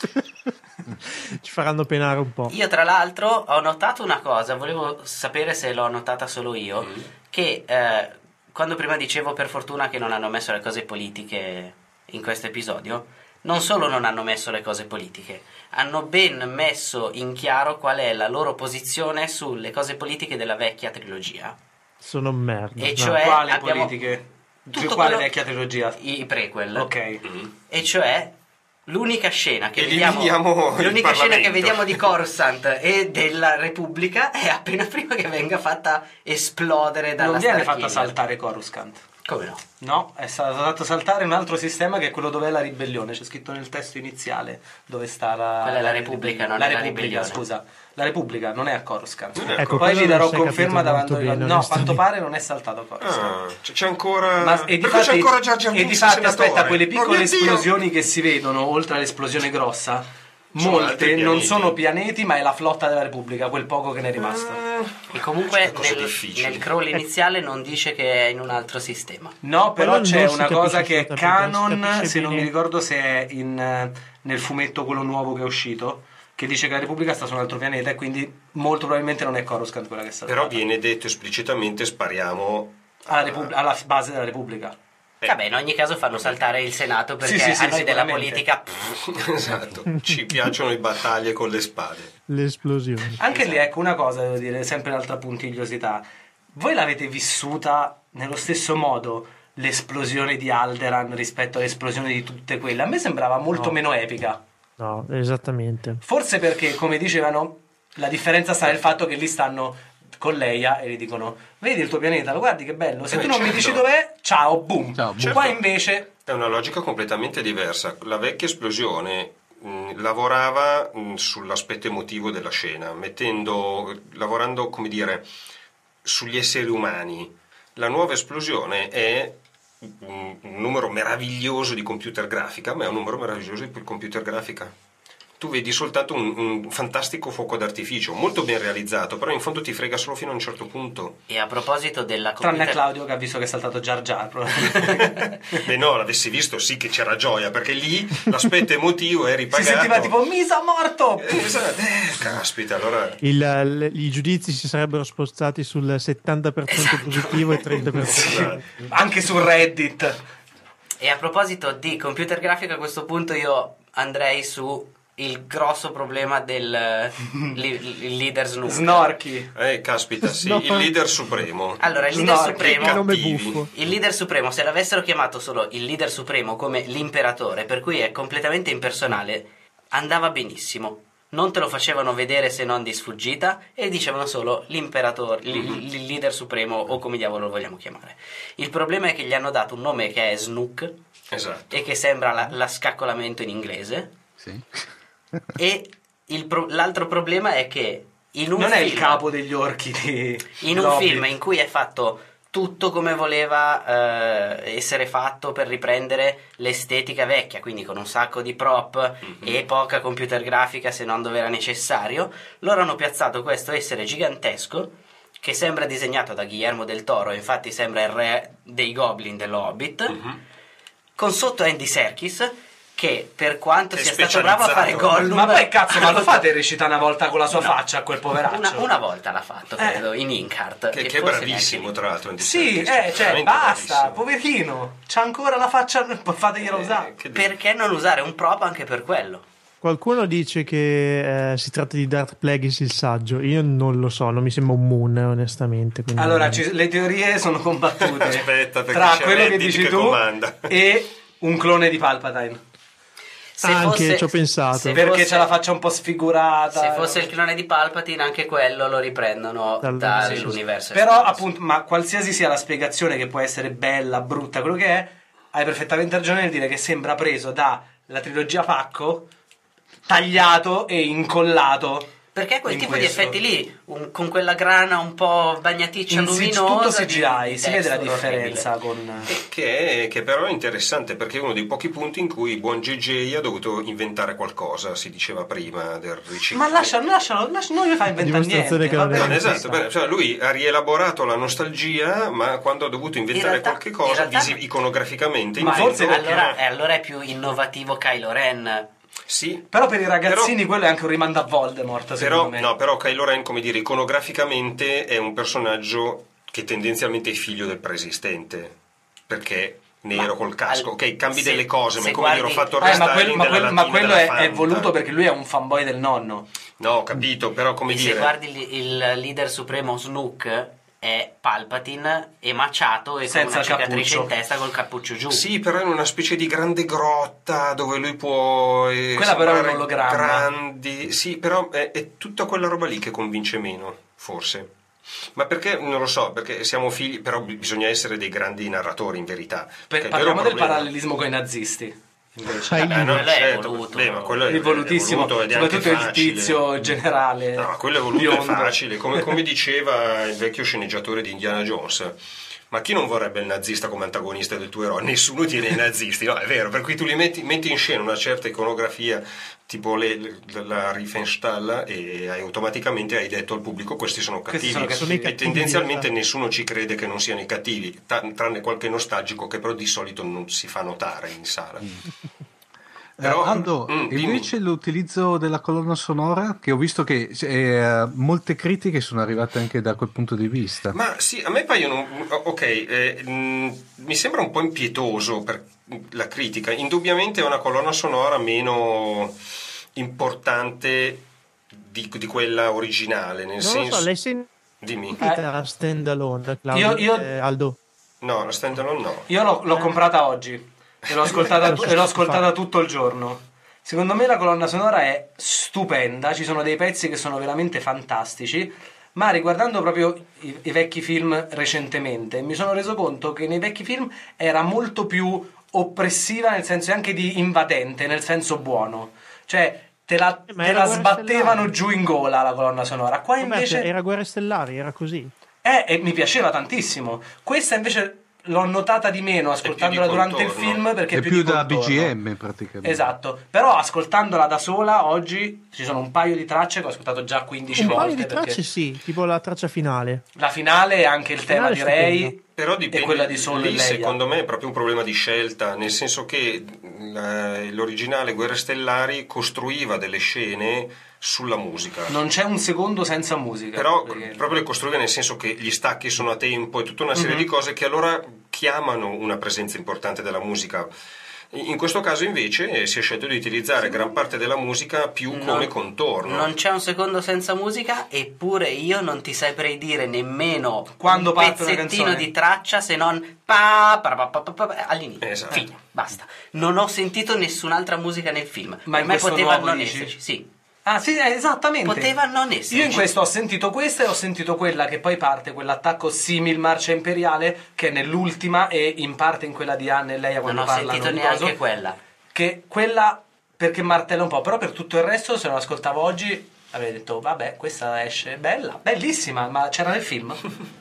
Ci faranno penare un po'. Io tra l'altro ho notato una cosa, volevo sapere se l'ho notata solo io, Mm. che eh, quando prima dicevo per fortuna che non hanno messo le cose politiche in questo episodio, non solo non hanno messo le cose politiche, hanno ben messo in chiaro qual è la loro posizione sulle cose politiche della vecchia trilogia. Sono merda. E no. cioè Quali abbiamo politiche? tutto Cioè, quale quello- vecchia trilogia? i prequel. Ok. E cioè l'unica scena che Eliminiamo vediamo il l'unica scena che Parlamento. vediamo di Coruscant e della Repubblica è appena prima che venga fatta esplodere dalla Non viene Starkiller. fatta saltare Coruscant. Come no? No, è stato fatto saltare un altro sistema che è quello dove è la ribellione. C'è scritto nel testo iniziale dove sta la. Quella è la Repubblica, non la è la Repubblica, ribellione. scusa. La Repubblica non è a Coruscant. Non è a Ecco, Poi quello vi darò non si è conferma capito davanti. molto bene, No, a quanto onestamente. pare non è saltato Coruscant. Ah, c- c'è ancora. Ma e Perché c'è difatti, ancora Jar Jar e Binks, difatti senatore? aspetta, quelle Oh piccole mio Dio! esplosioni che si vedono oltre all'esplosione grossa, Sono altri molte non pianeti. sono pianeti, ma è la flotta della Repubblica, quel poco che ne è rimasto. E comunque Che cose nel, difficili. nel crawl iniziale non dice che è in un altro sistema. No, però Quello c'è non si una capisce cosa che è assolutamente, non si canon, capisce se non mi bene. ricordo se è in, eh, nel fumetto quello nuovo che è uscito, che dice che la Repubblica sta su un altro pianeta e quindi molto probabilmente non è Coruscant quella che sta Però viene detto esplicitamente: spariamo. alla, Repub- alla base della Repubblica. Vabbè, in ogni caso fanno saltare il Senato perché Sì, sì, sì, a noi della sicuramente. politica pff, Esatto, ci piacciono le battaglie con le spade. Le esplosioni. Anche lì, ecco, una cosa devo dire, sempre un'altra puntigliosità. Voi l'avete vissuta nello stesso modo l'esplosione di Alderaan rispetto all'esplosione di tutte quelle? A me sembrava molto No. meno epica. No, esattamente. Forse perché, come dicevano, la differenza sta nel fatto che lì stanno con Leia e gli dicono: vedi il tuo pianeta, lo guardi che bello, se Eh, tu non mi certo. dici dov'è, ciao, boom. Ciao, boom. Qua Certo. invece È una logica completamente diversa. La vecchia esplosione mh, lavorava mh, sull'aspetto emotivo della scena, mettendo, lavorando, come dire, sugli esseri umani. La nuova esplosione è un, un numero meraviglioso di computer grafica, ma è un numero meraviglioso di computer grafica. Tu vedi soltanto un, un fantastico fuoco d'artificio, molto ben realizzato, però in fondo ti frega solo fino a un certo punto. E a proposito della tranne computer... Claudio che ha visto che è saltato Jar Jar probabilmente. Beh no, l'avessi visto sì che c'era gioia, perché lì l'aspetto emotivo è Si ripagato. sentiva tipo Misa morto. Eh, esatto, eh, caspita, allora... Il- l- I giudizi si sarebbero spostati sul settanta per cento Esatto. positivo e trenta per cento. Esatto. Anche su Reddit. E a proposito di computer grafica, a questo punto io andrei su il grosso problema del li- il leader Snook. Snorchi. Eh, caspita, sì, No. il leader supremo. Allora, il leader Snorky. supremo... Che nome Cattivi. buffo. Il leader supremo, se l'avessero chiamato solo il leader supremo come l'imperatore, per cui è completamente impersonale, andava benissimo. Non te lo facevano vedere se non di sfuggita e dicevano solo l'imperatore, il, il leader supremo o come diavolo lo vogliamo chiamare. Il problema è che gli hanno dato un nome che è Snook Esatto. e che sembra la, la scaccolamento in inglese. Sì. E il pro- l'altro problema è che in un Non è il film- capo degli orchi di in un L'Hobbit. film in cui è fatto tutto come voleva eh, essere fatto per riprendere l'estetica vecchia, quindi con un sacco di prop e poca computer grafica se non dove era necessario, loro hanno piazzato questo essere gigantesco che sembra disegnato da Guillermo del Toro, infatti sembra il re dei Goblin dello Hobbit, con sotto Andy Serkis che per quanto Che è sia stato bravo a fare specializzato. Gollum, Ma poi cazzo, ma lo fate recitare una volta con la sua faccia a quel poveraccio? una, una volta l'ha fatto, credo, in Inkart. Che, e che è forse bravissimo, neanche tra l'altro. Andy Sì, Serkis, eh, cioè, veramente basta, bravissimo. poverino. C'ha ancora la faccia, fateglielo usare. Eh, che lì. dire. Perché non usare un prop anche per quello? Qualcuno dice che eh, si tratta di Darth Plagueis il saggio. Io non lo so, non mi sembra un Moon, eh, onestamente. quindi- Allora, ci- le teorie sono combattute Aspetta, perché tra c'è quello che Reddit dici che tu comanda. e un clone di Palpatine. Se Anche, ci ho pensato. se Perché fosse- c'ha la faccia un po' sfigurata. Se fosse il clone di Palpatine, anche quello lo riprendono Dal- dall'universo. Però espanso. appunto, ma qualsiasi sia la spiegazione, che può essere bella, brutta, quello che è, hai perfettamente ragione nel dire che sembra preso dalla trilogia Pacco, tagliato e incollato Perché quel in tipo questo. di effetti lì, un- con quella grana un po' bagnaticcia In C- luminosa, tutto C G I, di si vede la texture differenza orribile. con... Che, è- che però è interessante perché è uno dei pochi punti in cui buon J J ha dovuto inventare qualcosa, si diceva prima del riciclo. Ma lascialo, lascialo, lascialo, non gli fa inventare Dimostrazione niente. che non va è bene, Esatto, sta. beh, cioè lui ha rielaborato la nostalgia, ma quando ha dovuto inventare realtà- qualche in cosa realtà- visi- iconograficamente, Ma invento forse che- Allora, eh, allora è più innovativo Kylo Ren. sì, Però per i ragazzini Però- quello è anche un rimando a Voldemort, secondo però, me. no, però Kylo Ren, come dire, iconograficamente è un personaggio che tendenzialmente è figlio del preesistente, perché nero Ma col casco, al- ok, cambi se- delle cose, ma se è come dire, ho guardi- fatto il Eh, ma, restyling quel- ma della quel- ma latina quello della è, è Fanta. voluto perché lui è un fanboy del nonno. No, ho capito, però come E dire... se guardi il, il leader supremo Snook è Palpatine emaciato e Senza con una cicatrice cappuccio. in testa col cappuccio giù. Sì, però è in una specie di grande grotta dove lui può eh, Quella però è un sembrare ologramma. grandi. Sì, però è, è tutta quella roba lì che convince meno, forse. Ma perché non lo so, perché siamo figli, però bi- bisogna essere dei grandi narratori in verità. Per- Perché il parliamo vero del problema- parallelismo con i nazisti. Invece. Hai Eh, no, quello è certo, evoluto. beh, ma quello è Rivolutissimo, è evoluto ed è anche soprattutto il facile. tizio generale. No, ma quello è voluto e biondo. facile, come, come diceva il vecchio sceneggiatore di Indiana Jones. Ma chi non vorrebbe il nazista come antagonista del tuo eroe? Nessuno tiene i nazisti, no, è vero, per cui tu li metti, metti in scena una certa iconografia, tipo le, le- la Riefenstahl, e hai- automaticamente hai detto al pubblico questi sono Questi cattivi. sono Sono i E cattivi, tendenzialmente esatto. nessuno ci crede che non siano i cattivi, ta- tranne qualche nostalgico che però di solito non si fa notare in sala. Però, Eh, Aldo, mm, dimmi. invece l'utilizzo della colonna sonora, che ho visto che eh, molte critiche sono arrivate anche da quel punto di vista. Ma sì, a me paiono. Ok, eh, mh, mi sembra un po' impietoso per la critica. Indubbiamente è una colonna sonora meno importante di, di quella originale. Nel Non senso. lo so, l'hai sentita Dimmi. la stand-alone, Claudio? Io- io- Eh, Aldo? No, la standalone no. Io l'ho, l'ho comprata oggi e l'ho ascoltata, e l'ho ascoltata tutto il giorno. Secondo me la colonna sonora è stupenda, ci sono dei pezzi che sono veramente fantastici, ma riguardando proprio i, i vecchi film recentemente, mi sono reso conto che nei vecchi film era molto più oppressiva, nel senso anche di invadente, nel senso buono. Cioè, te la, Eh, ma te era la Guerre sbattevano Stellari. giù in gola la colonna sonora. Qua Vabbè, invece... era Guerre Stellari, era così. Eh, e mi piaceva tantissimo. Questa invece l'ho notata di meno ascoltandola di durante il contorno. film perché È è più di da B contorno. G M praticamente. Esatto, però ascoltandola da sola oggi ci sono un paio di tracce che ho ascoltato già quindici Un volte. paio di perché tracce sì, tipo la traccia finale. La finale e anche il tema finale di è Rey stupenda. Però e dipende, quella di Solo e lì Leia. secondo me è proprio un problema di scelta, nel senso che la- l'originale Guerre Stellari costruiva delle scene sulla musica. Non c'è un secondo senza musica. Però perché- proprio le costruiva nel senso che gli stacchi sono a tempo e tutta una serie Mhm. di cose che allora chiamano una presenza importante della musica. In questo caso invece eh, si è scelto di utilizzare gran parte della musica più Non- come contorno. Non c'è un secondo senza musica, eppure io non ti saprei dire nemmeno Quando un parte una pezzettino canzone. di traccia se non pa, pa, pa, pa, pa, pa, all'inizio. Esatto. Fine, basta. Non ho sentito nessun'altra musica nel film. Ma per in me questo poteva nuovo non dici? esserci, sì. Ah sì, eh, esattamente. Poteva non esserci. Io in questo ho sentito questa e ho sentito quella che poi parte, quell'attacco simil marcia imperiale, che è nell'ultima e in parte in quella di Anne e Leia Non quando ho parlano sentito di neanche coso. quella. Che quella perché martella un po', però per tutto il resto se non ascoltavo oggi avrei detto vabbè, questa esce bella, bellissima, ma c'era nel film.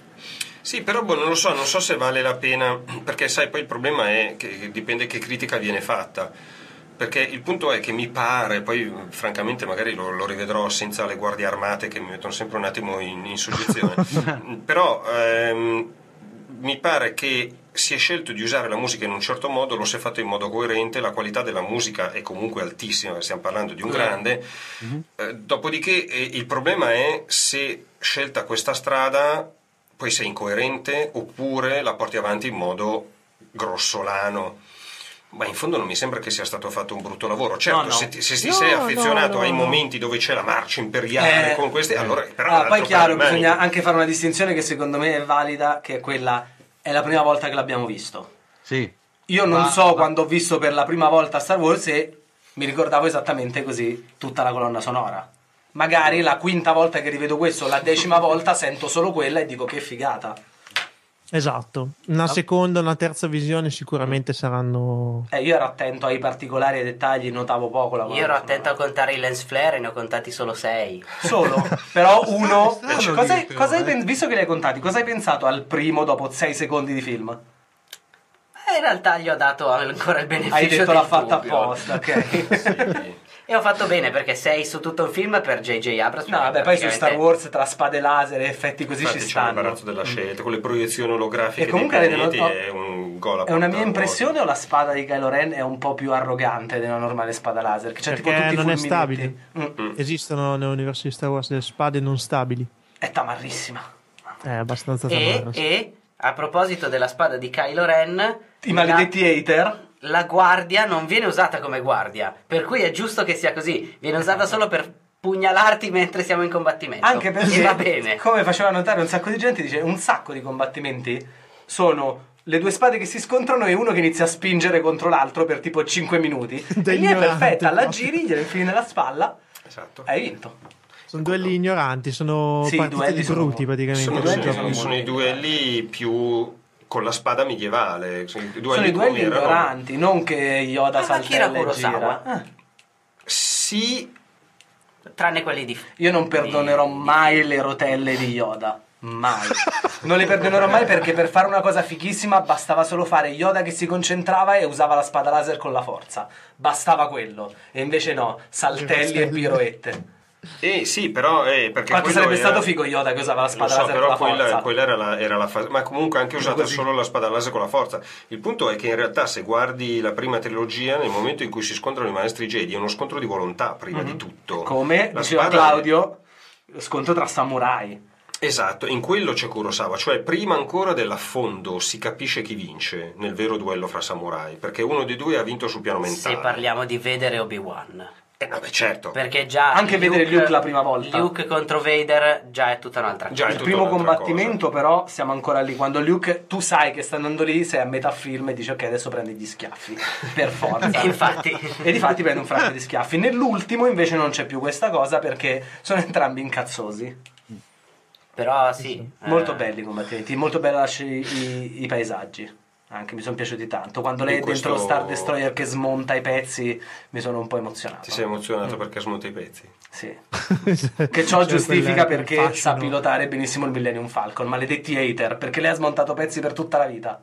Sì, però boh, non lo so, non so se vale la pena, perché sai, poi il problema è che che dipende che critica viene fatta. Perché il punto è che mi pare, poi francamente magari lo, lo rivedrò senza le guardie armate che mi mettono sempre un attimo in, in soggezione, però ehm, mi pare che si è scelto di usare la musica in un certo modo, lo si è fatto in modo coerente, la qualità della musica è comunque altissima, stiamo parlando di un grande, eh, dopodiché eh, il problema è se scelta questa strada poi sei incoerente oppure la porti avanti in modo grossolano. Ma in fondo non mi sembra che sia stato fatto un brutto lavoro. Certo, No, no. se ti, se ti No, sei no, affezionato no, ai no. momenti dove c'è la marcia imperiale Eh, con questi, allora però Ah, un poi altro chiaro, paio di maniche. bisogna anche fare una distinzione che secondo me è valida, che è quella è la prima volta che l'abbiamo visto. Sì. Io non Ma- so ma- quando ho visto per la prima volta Star Wars e mi ricordavo esattamente così tutta la colonna sonora. Magari la quinta volta che rivedo questo, la decima volta sento solo quella e dico che figata. Esatto, una Ah. seconda, una terza visione sicuramente saranno... Eh, io ero attento ai particolari e ai dettagli, notavo poco la Io ero attento a contare i lens flare e ne ho contati solo sei. Solo, però uno. Strano, strano Cosa hai- dire, cosa hai però, eh. pen- visto che li hai contati, cosa hai pensato al primo dopo sei secondi di film? Eh, in realtà gli ho dato ancora il beneficio Hai detto del l'ha fatta dubbio. apposta, ok? Sì. E ho fatto bene perché sei su tutto un film per J J Abrams. No, perché vabbè, poi su Star praticamente- Wars tra spade laser e effetti così Infatti ci c'è stanno. l'imbarazzo della scelta, con le proiezioni olografiche E comunque dei avete pianeti not- è un gol a È una porta mia vuota. impressione o la spada di Kylo Ren è un po' più arrogante di una normale spada laser? Che c'ha tipo Perché tutti i non è fulminetti. stabile. Mm. Esistono nell'universo di Star Wars delle spade non stabili. È tamarrissima. È abbastanza E, tamarra, sì. e a proposito della spada di Kylo Ren, I maledetti hater. la guardia non viene usata come guardia, per cui è giusto che sia così, viene usata solo per pugnalarti mentre siamo in combattimento. Anche perché, E va bene. come faceva notare un sacco di gente, dice un sacco di combattimenti sono le due spade che si scontrano e uno che inizia a spingere contro l'altro per tipo cinque minuti. Da E lì è ignorante, perfetta, la proprio. giri, gliela infili nella spalla, Esatto. hai vinto. Sono duelli ignoranti, sono Sì, i partite duelli di sono- bruti praticamente. Sono, I questi duelli sono- giochi. sono i duelli più con la spada medievale. Sono i duelli, Sono i duelli come erano- ignoranti, non che Yoda Ah, ma Akira saltella e Kurosawa. gira. Ah. Sì, Tranne quelli di... Io non perdonerò di- mai le rotelle di Yoda. Mai. Non le perdonerò mai perché per fare una cosa fighissima bastava solo fare Yoda che si concentrava e usava la spada laser con la forza. Bastava quello. E invece no, saltelli e piroette. eh, sì, però eh, perché Quanto quello sarebbe era- stato figo Yoda che usava la Lo spada so, laser però con la quella, forza. quella era la, era la fase, ma comunque anche usata Così. solo la spada laser con la forza. Il punto è che in realtà se guardi la prima trilogia, nel momento in cui si scontrano i maestri Jedi, è uno scontro di volontà prima di tutto. Mhm. Come la diceva spada- Claudio, scontro tra samurai. Esatto, in quello c'è Kurosawa, cioè prima ancora dell'affondo si capisce chi vince nel vero duello fra samurai, perché uno dei due ha vinto sul piano mentale. Se parliamo di vedere Obi-Wan. Eh, vabbè, certo. Perché già Anche vedere Luke la prima volta. Luke contro Vader già è tutta un'altra cosa. Già è Il tutta primo un'altra combattimento però siamo ancora lì. Quando Luke, tu sai che sta andando lì, sei a metà film e dici ok adesso prendi gli schiaffi. Per forza. E infatti. E difatti prende un fracco di schiaffi. Nell'ultimo invece non c'è più questa cosa perché sono entrambi incazzosi. Però sì. Molto eh, belli i combattimenti, molto belli i, i- i paesaggi. Anche mi sono piaciuti tanto. Quando lei è In dentro lo questo- Star Destroyer che smonta i pezzi, mi sono un po' emozionato. Ti sei emozionato perché smonta i pezzi. Sì. Che ciò Cioè, giustifica quel- perché quel sa fascino. pilotare benissimo il Millennium Falcon. Maledetti hater, perché lei ha smontato pezzi per tutta la vita.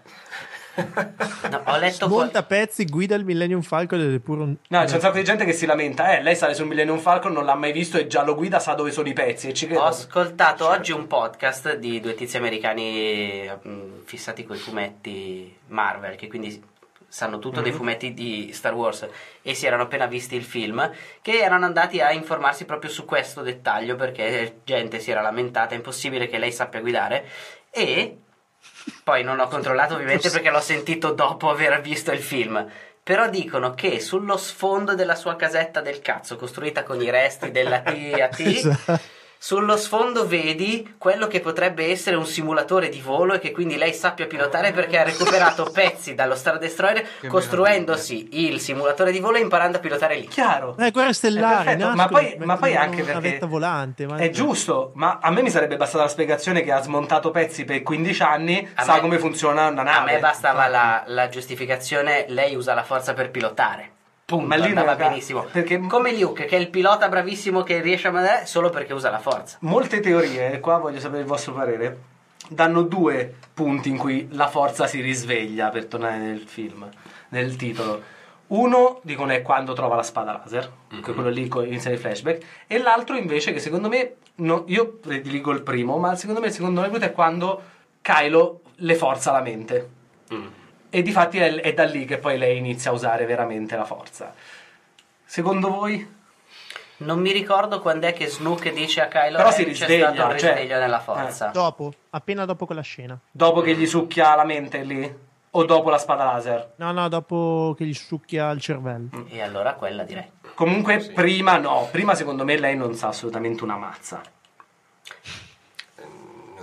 no, ho letto qual- Smonta pezzi, guida il Millennium Falcon ed è pure un... No, c'è un sacco di gente che si lamenta. Eh, lei sale sul Millennium Falcon, non l'ha mai visto e già lo guida, sa dove sono i pezzi. E ci credo. Ho ascoltato oggi un podcast di due tizi americani mh, fissati coi fumetti Marvel, che quindi sanno tutto dei fumetti di Star Wars e si erano appena visti il film, che erano andati a informarsi proprio su questo dettaglio perché gente si era lamentata, è impossibile che lei sappia guidare, e poi non ho controllato ovviamente perché l'ho sentito dopo aver visto il film. Però dicono che sullo sfondo della sua casetta del cazzo, costruita con i resti della T A T, Esatto. sullo sfondo vedi quello che potrebbe essere un simulatore di volo e che quindi lei sappia pilotare perché ha recuperato pezzi dallo Star Destroyer Che costruendosi il simulatore di volo e imparando a pilotare lì. Chiaro. Eh, guerra stellare, È perfetto, nascono, ma poi, mettono ma poi anche una perché vetta volante, ma- è giusto, ma a me mi sarebbe bastata la spiegazione che ha smontato pezzi per quindici anni, A sa me- come funziona una nave. A me bastava la, la giustificazione, lei usa la forza per pilotare. Punto, Ma lì andava non è- benissimo. perché- Come Luke, che è il pilota bravissimo che riesce a mandare solo perché usa la forza. Molte teorie, e qua voglio sapere il vostro parere, danno due punti in cui la forza si risveglia, per tornare nel film, nel titolo. Uno, dicono, è quando trova la spada laser, che è quello lì con inizia i flashback, e l'altro invece, che secondo me, no, io prediligo il primo, ma secondo me il secondo punto è quando Kylo le forza la mente. Mm. E difatti è, è da lì che poi lei inizia a usare veramente la forza. Secondo voi? Non mi ricordo quando è che Snook dice a Kylo Però Ren si c'è risveglia, stato il cioè- risveglio nella forza. Dopo, appena dopo quella scena. Dopo che gli succhia la mente lì? O dopo la spada laser? No, no, dopo che gli succhia il cervello. E allora quella direi. Comunque prima no, prima secondo me lei non sa assolutamente una mazza.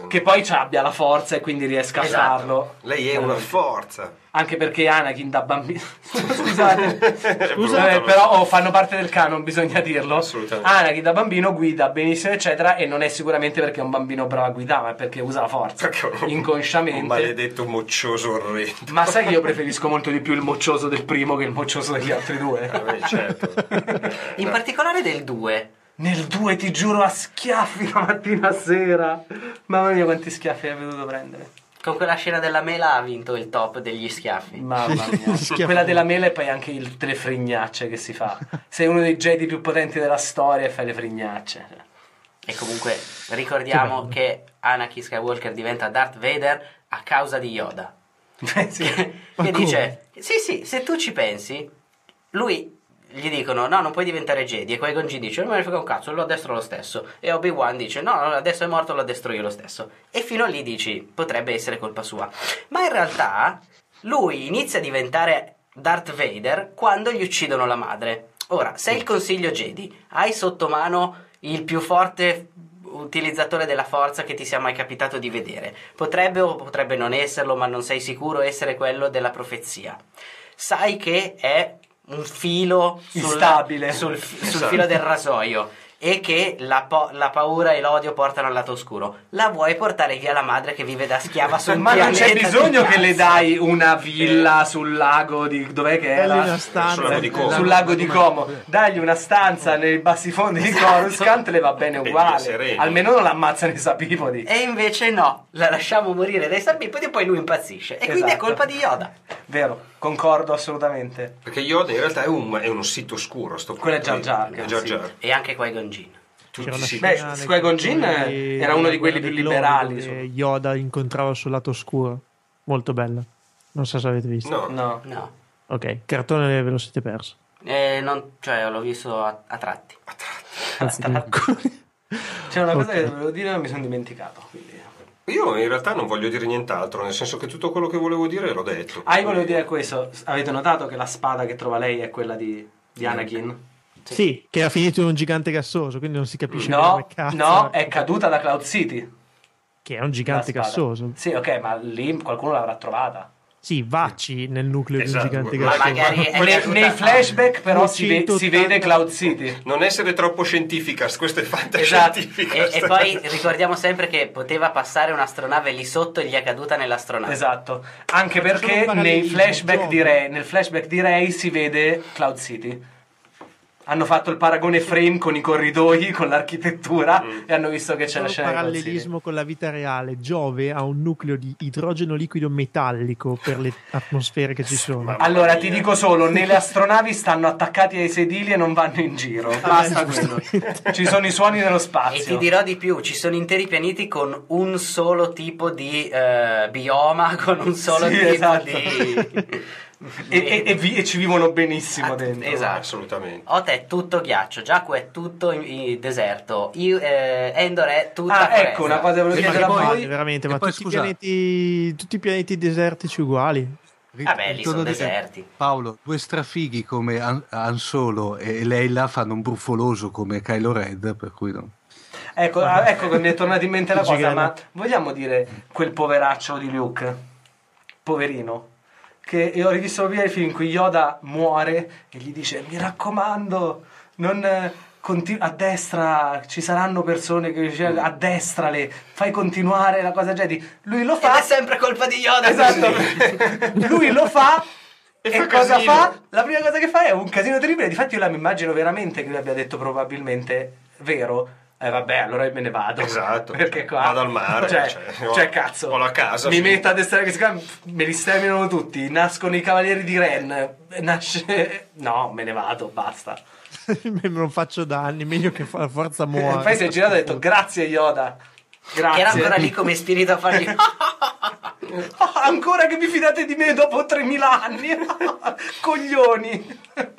che poi ci abbia la forza e quindi riesca Esatto. a farlo. Lei è una forza. Anche perché Anakin da bambino scusate Scusate, eh, però oh, fanno parte del canon, bisogna dirlo. Assolutamente. Anakin da bambino guida benissimo eccetera, e non è sicuramente perché è un bambino bravo a guidare, ma è perché usa la forza Perché è un- inconsciamente. Un maledetto moccioso orrendo. Ma sai che io preferisco molto di più il moccioso del primo che il moccioso degli altri due. Vabbè, certo. In particolare del due. Nel due ti giuro a schiaffi la mattina a sera. Mamma mia quanti schiaffi hai dovuto prendere. Con quella scena della mela ha vinto il top degli schiaffi. Mamma mia. Schiaffo. Quella della mela e poi anche il, le frignacce che si fa. Sei uno dei Jedi più potenti della storia e fai le frignacce. E comunque ricordiamo che Anakin Skywalker diventa Darth Vader a causa di Yoda. Eh sì. Che come? dice, sì sì, se tu ci pensi, lui... Gli dicono no, non puoi diventare Jedi, e Qui-Gon Jinn dice non me ne frega un cazzo, lo addestro lo stesso, e Obi-Wan dice no, no, adesso è morto, lo addestro io lo stesso, e fino a lì dici potrebbe essere colpa sua, ma in realtà lui inizia a diventare Darth Vader quando gli uccidono la madre. Ora, sei il Consiglio Jedi, hai sotto mano il più forte utilizzatore della forza che ti sia mai capitato di vedere, potrebbe o potrebbe non esserlo, ma non sei sicuro essere quello della profezia, sai che è un filo sul, Instabile. sul, sul Esatto. filo del rasoio, e che la, po- la paura e l'odio portano al lato oscuro. La vuoi portare via la madre che vive da schiava sul Ma non pianeta c'è di bisogno che cazzo? le dai una villa sul lago di... dov'è che Dagli era? una stanza. Sul lago di Como. Sul lago di Como. Dagli una stanza nei bassi fondi di Coruscant, le va bene E via uguale. sereni. Almeno non l'ammazzano i sapipodi. E invece no, la lasciamo morire dai sabipodi e poi lui impazzisce, e quindi è Esatto. colpa di Yoda. Vero, concordo assolutamente. Perché Yoda in realtà è, un, è uno sito oscuro. Sto Quello è Jar Jar, È Jar sì. Jar. E anche Qui-Gon Jinn. Tutti C'era una sì. Beh, scena nei Qui-Gon Jinn cartoni era uno di quelli dei più cloni liberali, dove insomma. Yoda incontrava sul lato oscuro, molto bella, non so se avete visto. No. No. No, Ok, cartone ve lo siete perso. eh, non, cioè l'ho visto a, a tratti. Anzi, C'è una cosa Ok. che dovevo dire e mi sono dimenticato. Quindi... Io in realtà non voglio dire nient'altro, nel senso che tutto quello che volevo dire l'ho detto. Ah, io volevo dire questo. Avete notato che la spada che trova lei è quella di, di Anakin? sì, che era finito in un gigante gassoso, quindi non si capisce bene No, come cazzo. no, è caduta da Cloud City. Che è un gigante la spada. gassoso. Sì, ok, ma lì qualcuno l'avrà trovata. Sì, vacci nel nucleo Esatto, di un gigante ma Ma gassoso. magari è Nei, caduta- nei flashback però si, ve- si duecentottanta vede Cloud City. Non essere troppo scientificast, questo è Esatto. fantascientificast. E, e poi ricordiamo sempre che poteva passare un'astronave lì sotto e gli è caduta nell'astronave. Esatto. Anche Sono perché un parallelismo, nei flashback, di gioco. Rey, nel flashback di Rey si vede Cloud City. Hanno fatto il paragone frame con i corridoi, con l'architettura, e hanno visto che c'è C'è la un scena di Cloud City. parallelismo con la vita reale. Giove ha un nucleo di idrogeno liquido metallico per le atmosfere che ci sono. ma- Allora Mamma ti mia. dico solo, nelle astronavi stanno attaccati ai sedili e non vanno in giro. Basta Vabbè, quello. Ci sono i suoni nello E spazio. ti dirò di più, ci sono interi pianeti con un solo tipo di eh, bioma, con un solo Sì, tipo esatto. di... E, e- e vi- e ci vivono benissimo Ah, dentro. esatto. Assolutamente. Ota è tutto ghiaccio, Jakku è tutto in, in deserto, Io- eh, Endor è tutta Ah, foresta. ecco, una cosa che volevo Sì, ma chiedere a che poi- voi. veramente, e ma poi, tutti, scusa- i pianeti, tutti i pianeti desertici uguali. Vabbè, lì Ritorno sono a dire, deserti. Paolo, due strafighi come Han, Han Solo e Leila fanno un bruffoloso come Kylo Red, per cui no. Ecco, ah, ecco che mi è tornata in mente la cosa, Gigante. ma vogliamo dire quel poveraccio di Luke? Poverino. Che io ho rivisto via il film in cui Yoda muore e gli dice mi raccomando, non... eh, continu- a destra ci saranno persone che dice a destra le fai continuare la cosa Jedi. Lui lo Ed fa. è sempre colpa di Yoda. Esatto. Lui lo fa. E E, fa cosa casino. fa? La prima cosa che fa è un casino terribile. Difatti, io la mi immagino veramente che lui abbia detto probabilmente vero. Eh vabbè, allora io me ne vado. Esatto. Perché qua Vado al mare, Cioè, cioè, ho- cioè, cazzo. ho la casa, Mi sì. metto a destra che si chiama, me li sterminano tutti. Nascono i cavalieri di Ren. Nasce. No, me ne vado, basta. Non faccio danni, meglio che fa- la forza E muore. poi si è girato e ha detto grazie Yoda. Grazie. Che era ancora lì come spirito a fargli... Ah, ancora che vi fidate di me dopo tremila anni. Coglioni.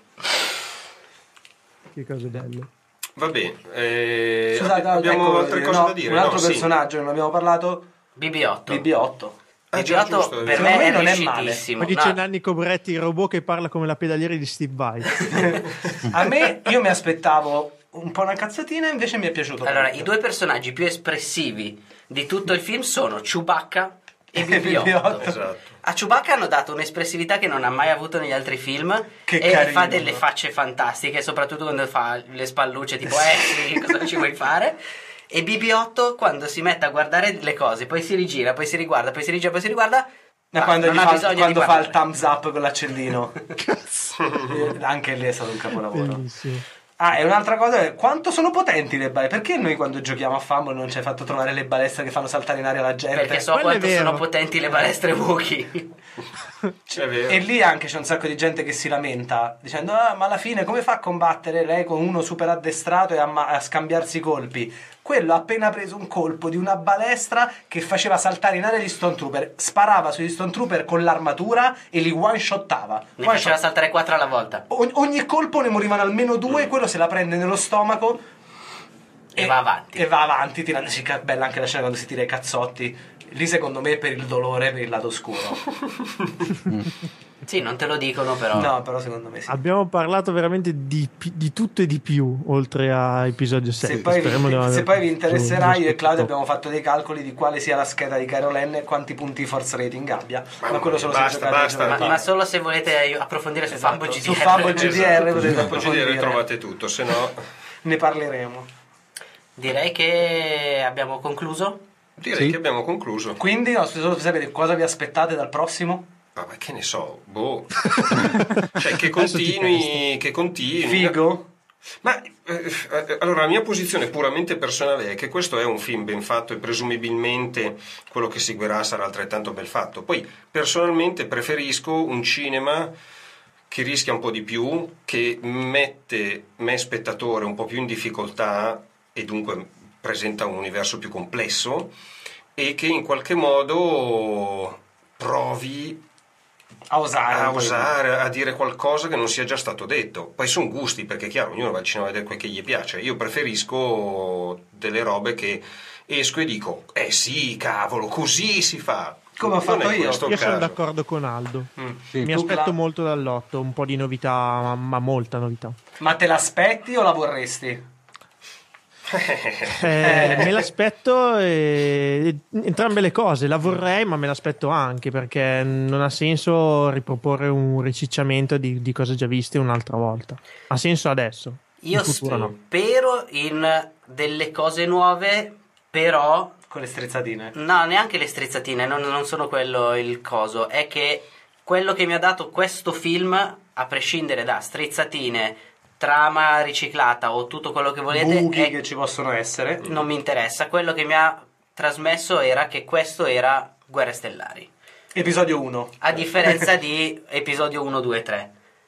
Che cose belle. Va bene. eh, Scusate, abbiamo ecco, altre no, cose da dire. un altro No, sì. personaggio, non abbiamo parlato. B B otto. B B otto. Ah, B B già, otto giusto, è per vero. me Secondo è me non è male. riuscitissimo. Ma dice No, Nanni Cobretti, il robot che parla come la pedaliera di Steve Vai. A me, io mi aspettavo un po' una cazzatina, invece mi è piaciuto Allora, tanto. i due personaggi più espressivi di tutto il film sono Chewbacca e B B otto. B B otto. Esatto. A Chewbacca hanno dato un'espressività che non ha mai avuto negli altri film. Che e carino. fa delle facce fantastiche, soprattutto quando fa le spallucce tipo eh sì, cosa ci vuoi fare? E B B otto quando si mette a guardare le cose, poi si rigira, poi si riguarda, poi si rigira, poi si riguarda. Ma basta, quando, non gli ha fa, bisogno quando di fa il guardare. thumbs up con l'accendino. Eh, Anche lì è stato un capolavoro. Bellissimo. Ah, e un'altra cosa è quanto sono potenti le balestre. Perché noi quando giochiamo a Fumble non ci hai fatto trovare le balestre che fanno saltare in aria la gente? Perché so Quello è quanto vero. sono potenti le balestre Wookiee. È vero. E lì anche c'è un sacco di gente che si lamenta dicendo ah, ma alla fine come fa a combattere lei con uno super addestrato e a, ma- a scambiarsi i colpi? Quello ha appena preso un colpo di una balestra che faceva saltare in aria gli Stone Trooper, sparava sugli Stone Trooper con l'armatura e li one shottava. Ne One faceva shot. saltare quattro alla volta. Ogni, ogni colpo ne morivano almeno due, quello se la prende nello stomaco E va avanti. E va avanti tirandosi ca- bella anche la scena quando si tira i cazzotti. Lì secondo me per il dolore, per il lato scuro. Sì, non te lo dicono però. No, però secondo me sì. Abbiamo parlato veramente di, pi- di tutto e di più oltre a episodio sei. Se poi, vi, Speriamo di non se aver poi vi fatto interesserà, io e troppo. Claudio abbiamo fatto dei calcoli di quale sia la scheda di Carol N e quanti punti force rating abbia. Ma quello solo Basta, se giocate basta. ai Ma, giochi. ma solo se volete approfondire su Esatto. Fumble G D R. Su Fumble G D R Esatto. potete G D R approfondire. trovate tutto, se no Ne parleremo. Direi che abbiamo concluso. direi Sì. che abbiamo concluso. Quindi, no, solo per sapere cosa vi aspettate dal prossimo. Ah, ma che ne so, boh. Cioè che Adesso ti continui, che continui. Figo? Ma eh, eh, allora la mia posizione puramente personale è che questo è un film ben fatto e presumibilmente quello che seguirà sarà altrettanto ben fatto. Poi personalmente preferisco un cinema che rischia un po' di più, che mette me spettatore un po' più in difficoltà e dunque presenta un universo più complesso e che in qualche modo provi A osare. a un po' di- osare, a dire qualcosa che non sia già stato detto. Poi sono gusti, perché è chiaro, ognuno va al cinema a vedere quel che gli piace. Io preferisco delle robe che esco e dico eh sì, cavolo, così si fa. Come ho Non fatto è io. questo il Io sono caso. d'accordo con Aldo. Mm. Sì. Mi Tu, aspetto Cla- molto dall'otto, un po' di novità, ma, ma molta novità. Ma te l'aspetti o la vorresti? Eh, me l'aspetto e... entrambe le cose, la vorrei ma me l'aspetto anche perché non ha senso riproporre un ricicciamento di, di cose già viste un'altra volta. Ha senso adesso. Io in futuro no. spero in delle cose nuove, però Con le strizzatine. no, neanche le strizzatine, non, non sono quello il coso, è che quello che mi ha dato questo film, a prescindere da strizzatine, trama riciclata o tutto quello che volete, Buchi è- che ci possono essere. non mi interessa. Quello che mi ha trasmesso era che questo era Guerre Stellari, Episodio uno. a differenza di episodio uno, due, tre.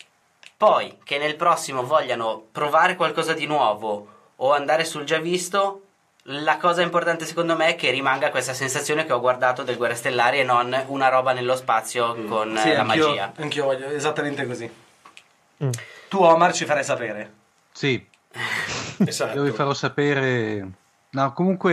Poi che nel prossimo vogliano provare qualcosa di nuovo o andare sul già visto, la cosa importante secondo me è che rimanga questa sensazione che ho guardato del Guerre Stellari e non una roba nello spazio con Sì, eh, la anch'io, magia. anch'io voglio esattamente così. Mm. Tu, Omar, ci farai sapere. Sì, Esatto. io vi farò sapere. No, comunque,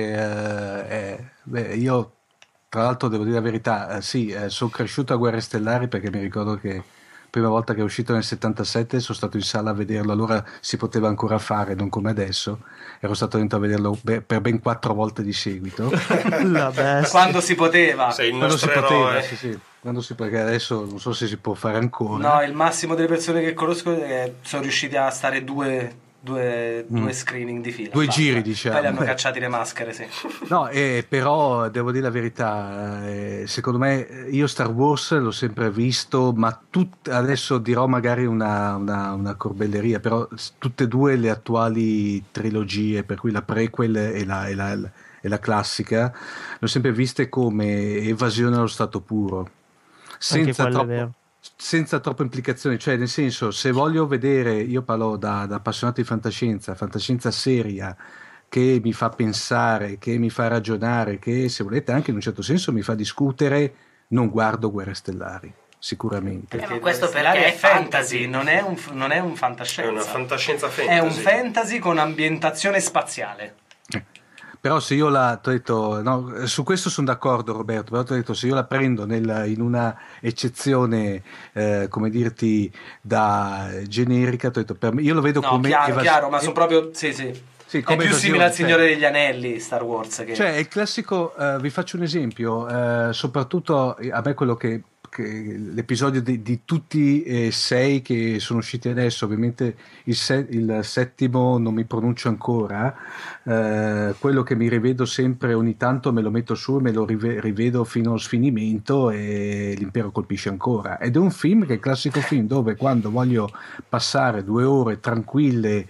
eh, eh, beh, io tra l'altro devo dire la verità, eh, sì, eh, sono cresciuto a Guerre Stellari perché mi ricordo che la prima volta che è uscito nel settantasette sono stato in sala a vederlo, allora si poteva ancora fare, non come adesso. Ero stato dentro a vederlo be- per ben quattro volte di seguito. La bestia. Quando si poteva. Sei il Quando si nostro poteva, eroe. sì, sì. Quando si, perché adesso non so se si può fare ancora. No, il massimo delle persone che conosco eh, sono riusciti a stare due, due, Mm. due screening di fila. Due basta. giri, diciamo. Poi li hanno Eh. cacciati le maschere, sì. No, eh, però devo dire la verità, eh, secondo me eh, io Star Wars l'ho sempre visto, ma tut- adesso dirò magari una, una, una corbelleria, però s- tutte e due le attuali trilogie, per cui la prequel e la, e la, e la classica, l'ho sempre viste come evasione allo stato puro, senza quello è troppo, vero. senza troppe implicazioni, cioè nel senso, se voglio vedere, io parlo da, da appassionato di fantascienza, fantascienza seria, che mi fa pensare, che mi fa ragionare, che se volete anche in un certo senso mi fa discutere, non guardo Guerre Stellari, sicuramente. Eh, ma questo Stellari perché è è fantasy, fantasy. non è un, non è un È fantascienza. una fantascienza fantasy. È un fantasy con ambientazione spaziale. però se io la t'ho detto, no, su questo sono d'accordo Roberto, però ti ho detto se io la prendo nel, in una eccezione eh, come dirti da generica, t'ho detto, per me, io lo vedo No, come chiaro, evas- chiaro, ma sono proprio sì, sì. Sì, È come più evasione, simile al cioè- Signore degli Anelli Star Wars che Cioè, è il classico, eh, vi faccio un esempio, eh, soprattutto a me quello che, che l'episodio di, di tutti e sei che sono usciti adesso, ovviamente il, se- il settimo non mi pronuncio ancora, eh, quello che mi rivedo sempre ogni tanto me lo metto su e me lo rive- rivedo fino al sfinimento e l'impero colpisce ancora. Ed è un film che è il classico film dove quando voglio passare due ore tranquille,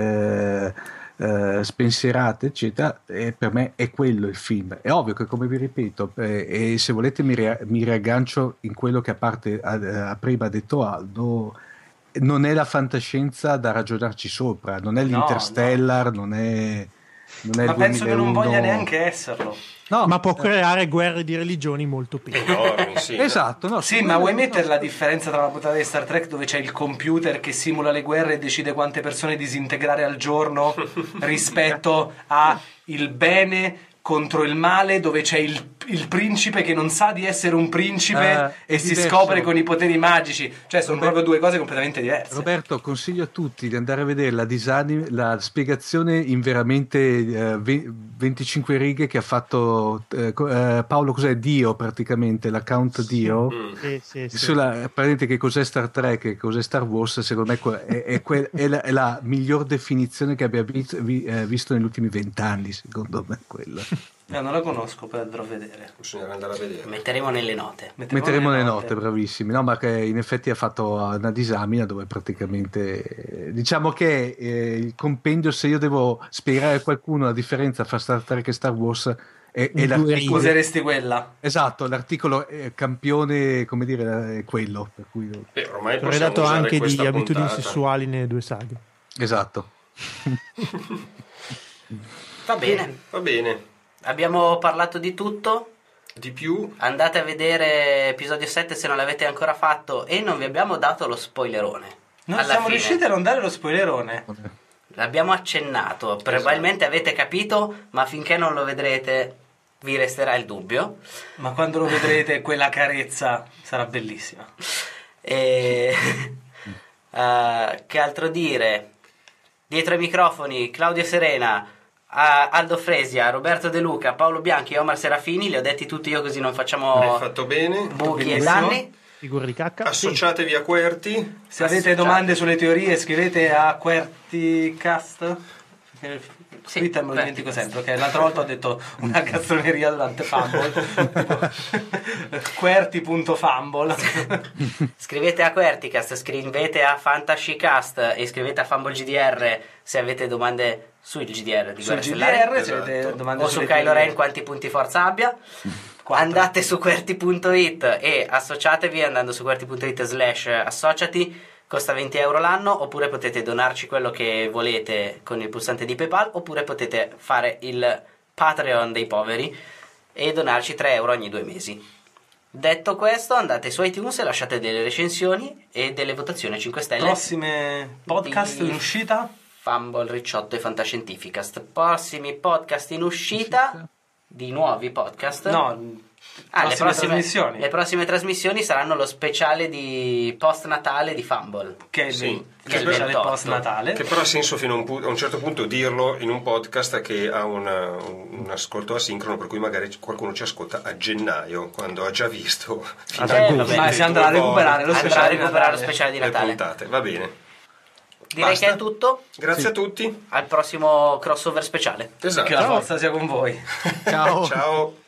eh, eh, spensierate eccetera, e per me è quello il film. È ovvio che, come vi ripeto, eh, e se volete mi, ria- mi riaggancio in quello che a parte a, a prima ha detto Aldo, non è la fantascienza da ragionarci sopra, non è No, l'Interstellar, non è non è ma il penso che non duemilauno. voglia neanche esserlo. No, Ma può creare guerre di religioni molto piccole. Enormi, sì. esatto, no, Sì, su ma quello- vuoi no, mettere su- la differenza tra la puntata di Star Trek dove c'è il computer che simula le guerre e decide quante persone disintegrare al giorno rispetto a il bene contro il male dove c'è il, il principe che non sa di essere un principe Eh, e è si diverso. scopre con i poteri magici. Cioè sono Robert- proprio due cose completamente diverse. Roberto, consiglio a tutti di andare a vedere la, design, la spiegazione in veramente eh, ve- venticinque righe che ha fatto eh, co- eh, Paolo, cos'è? Dio praticamente, l'account Dio. Sì, sì, sì. Sulla, praticamente che cos'è Star Trek e cos'è Star Wars, secondo me que- è, è que- è la, è la miglior definizione che abbia vi- vi- eh, visto negli ultimi vent'anni, secondo me quella. Eh, non la conosco, poi andrò a vedere. Bisognerà andare a vedere. Metteremo nelle note. Metteremo le note, bravissimi. No, ma che in effetti ha fatto una disamina dove praticamente eh, diciamo che eh, il compendio, se io devo spiegare a qualcuno la differenza tra Star Trek e Star Wars, è, è In due l'articolo. Useresti quella? Esatto, l'articolo eh, campione, come dire, è quello. Per cui, Beh, ormai Ho possiamo redatto usare anche di questa abitudini puntata. sessuali nelle due saghe. esatto. Va bene, Va bene. abbiamo parlato di tutto. Di più? Andate a vedere episodio sette se non l'avete ancora fatto e non vi abbiamo dato lo spoilerone. Non Alla siamo fine. riusciti a non dare lo spoilerone. L'abbiamo accennato, probabilmente avete capito, ma finché non lo vedrete vi resterà il dubbio. Ma quando lo vedrete quella carezza sarà bellissima. E... eh, che altro dire? Dietro ai microfoni Claudio Serena, a Aldo Fresia, Roberto De Luca, Paolo Bianchi e Omar Serafini. Li ho detti tutti io così non Hai facciamo fatto bene. buchi e benissimo. danni. Figure di cacca. Associatevi a Querti. Se avete domande sulle teorie scrivete a QWERTYcast. Sì, Twitter me lo beh. dimentico sempre, ok? L'altra volta ho detto una castroneria durante Fumble. QWERTY punto fumble. Scrivete a Querticast, scrivete a Fantascicast e scrivete a Fumble G D R se avete domande sul G D R di Sul Guerre G D Stellari. R se Esatto. avete domande O su sulle Kylo teorie. Ren quanti punti forza abbia. Quattro. Andate su QWERTY punto it e associatevi andando su QWERTY punto it slash associati. Costa venti euro l'anno, oppure potete donarci quello che volete con il pulsante di PayPal, oppure potete fare il Patreon dei poveri e donarci tre euro ogni due mesi. Detto questo, andate su iTunes e lasciate delle recensioni e delle votazioni a cinque stelle. Prossime podcast Di- in uscita? Fumble, Ricciotto e Fantascientificast. Prossimi podcast in uscita, di nuovi podcast. No, Ah, le prossime prossime trasmissioni. Le prossime trasmissioni saranno lo speciale di post Natale di Fumble. Che è il, Sì. il Che è il speciale ventotto. post Natale. Che però ha senso fino a un, pu- a un certo punto dirlo in un podcast che ha una- un, un ascolto asincrono, per cui magari qualcuno ci ascolta a gennaio, quando ha già visto Eh, vabbè. Ma si andrà a recuperare lo Andrà a speciale di recuperare lo Natale. speciale di le Natale. puntate. Va bene. Direi Basta. che è tutto. Grazie a tutti. Al prossimo crossover speciale. Esatto. Che la forza sia con voi. Ciao. Ciao.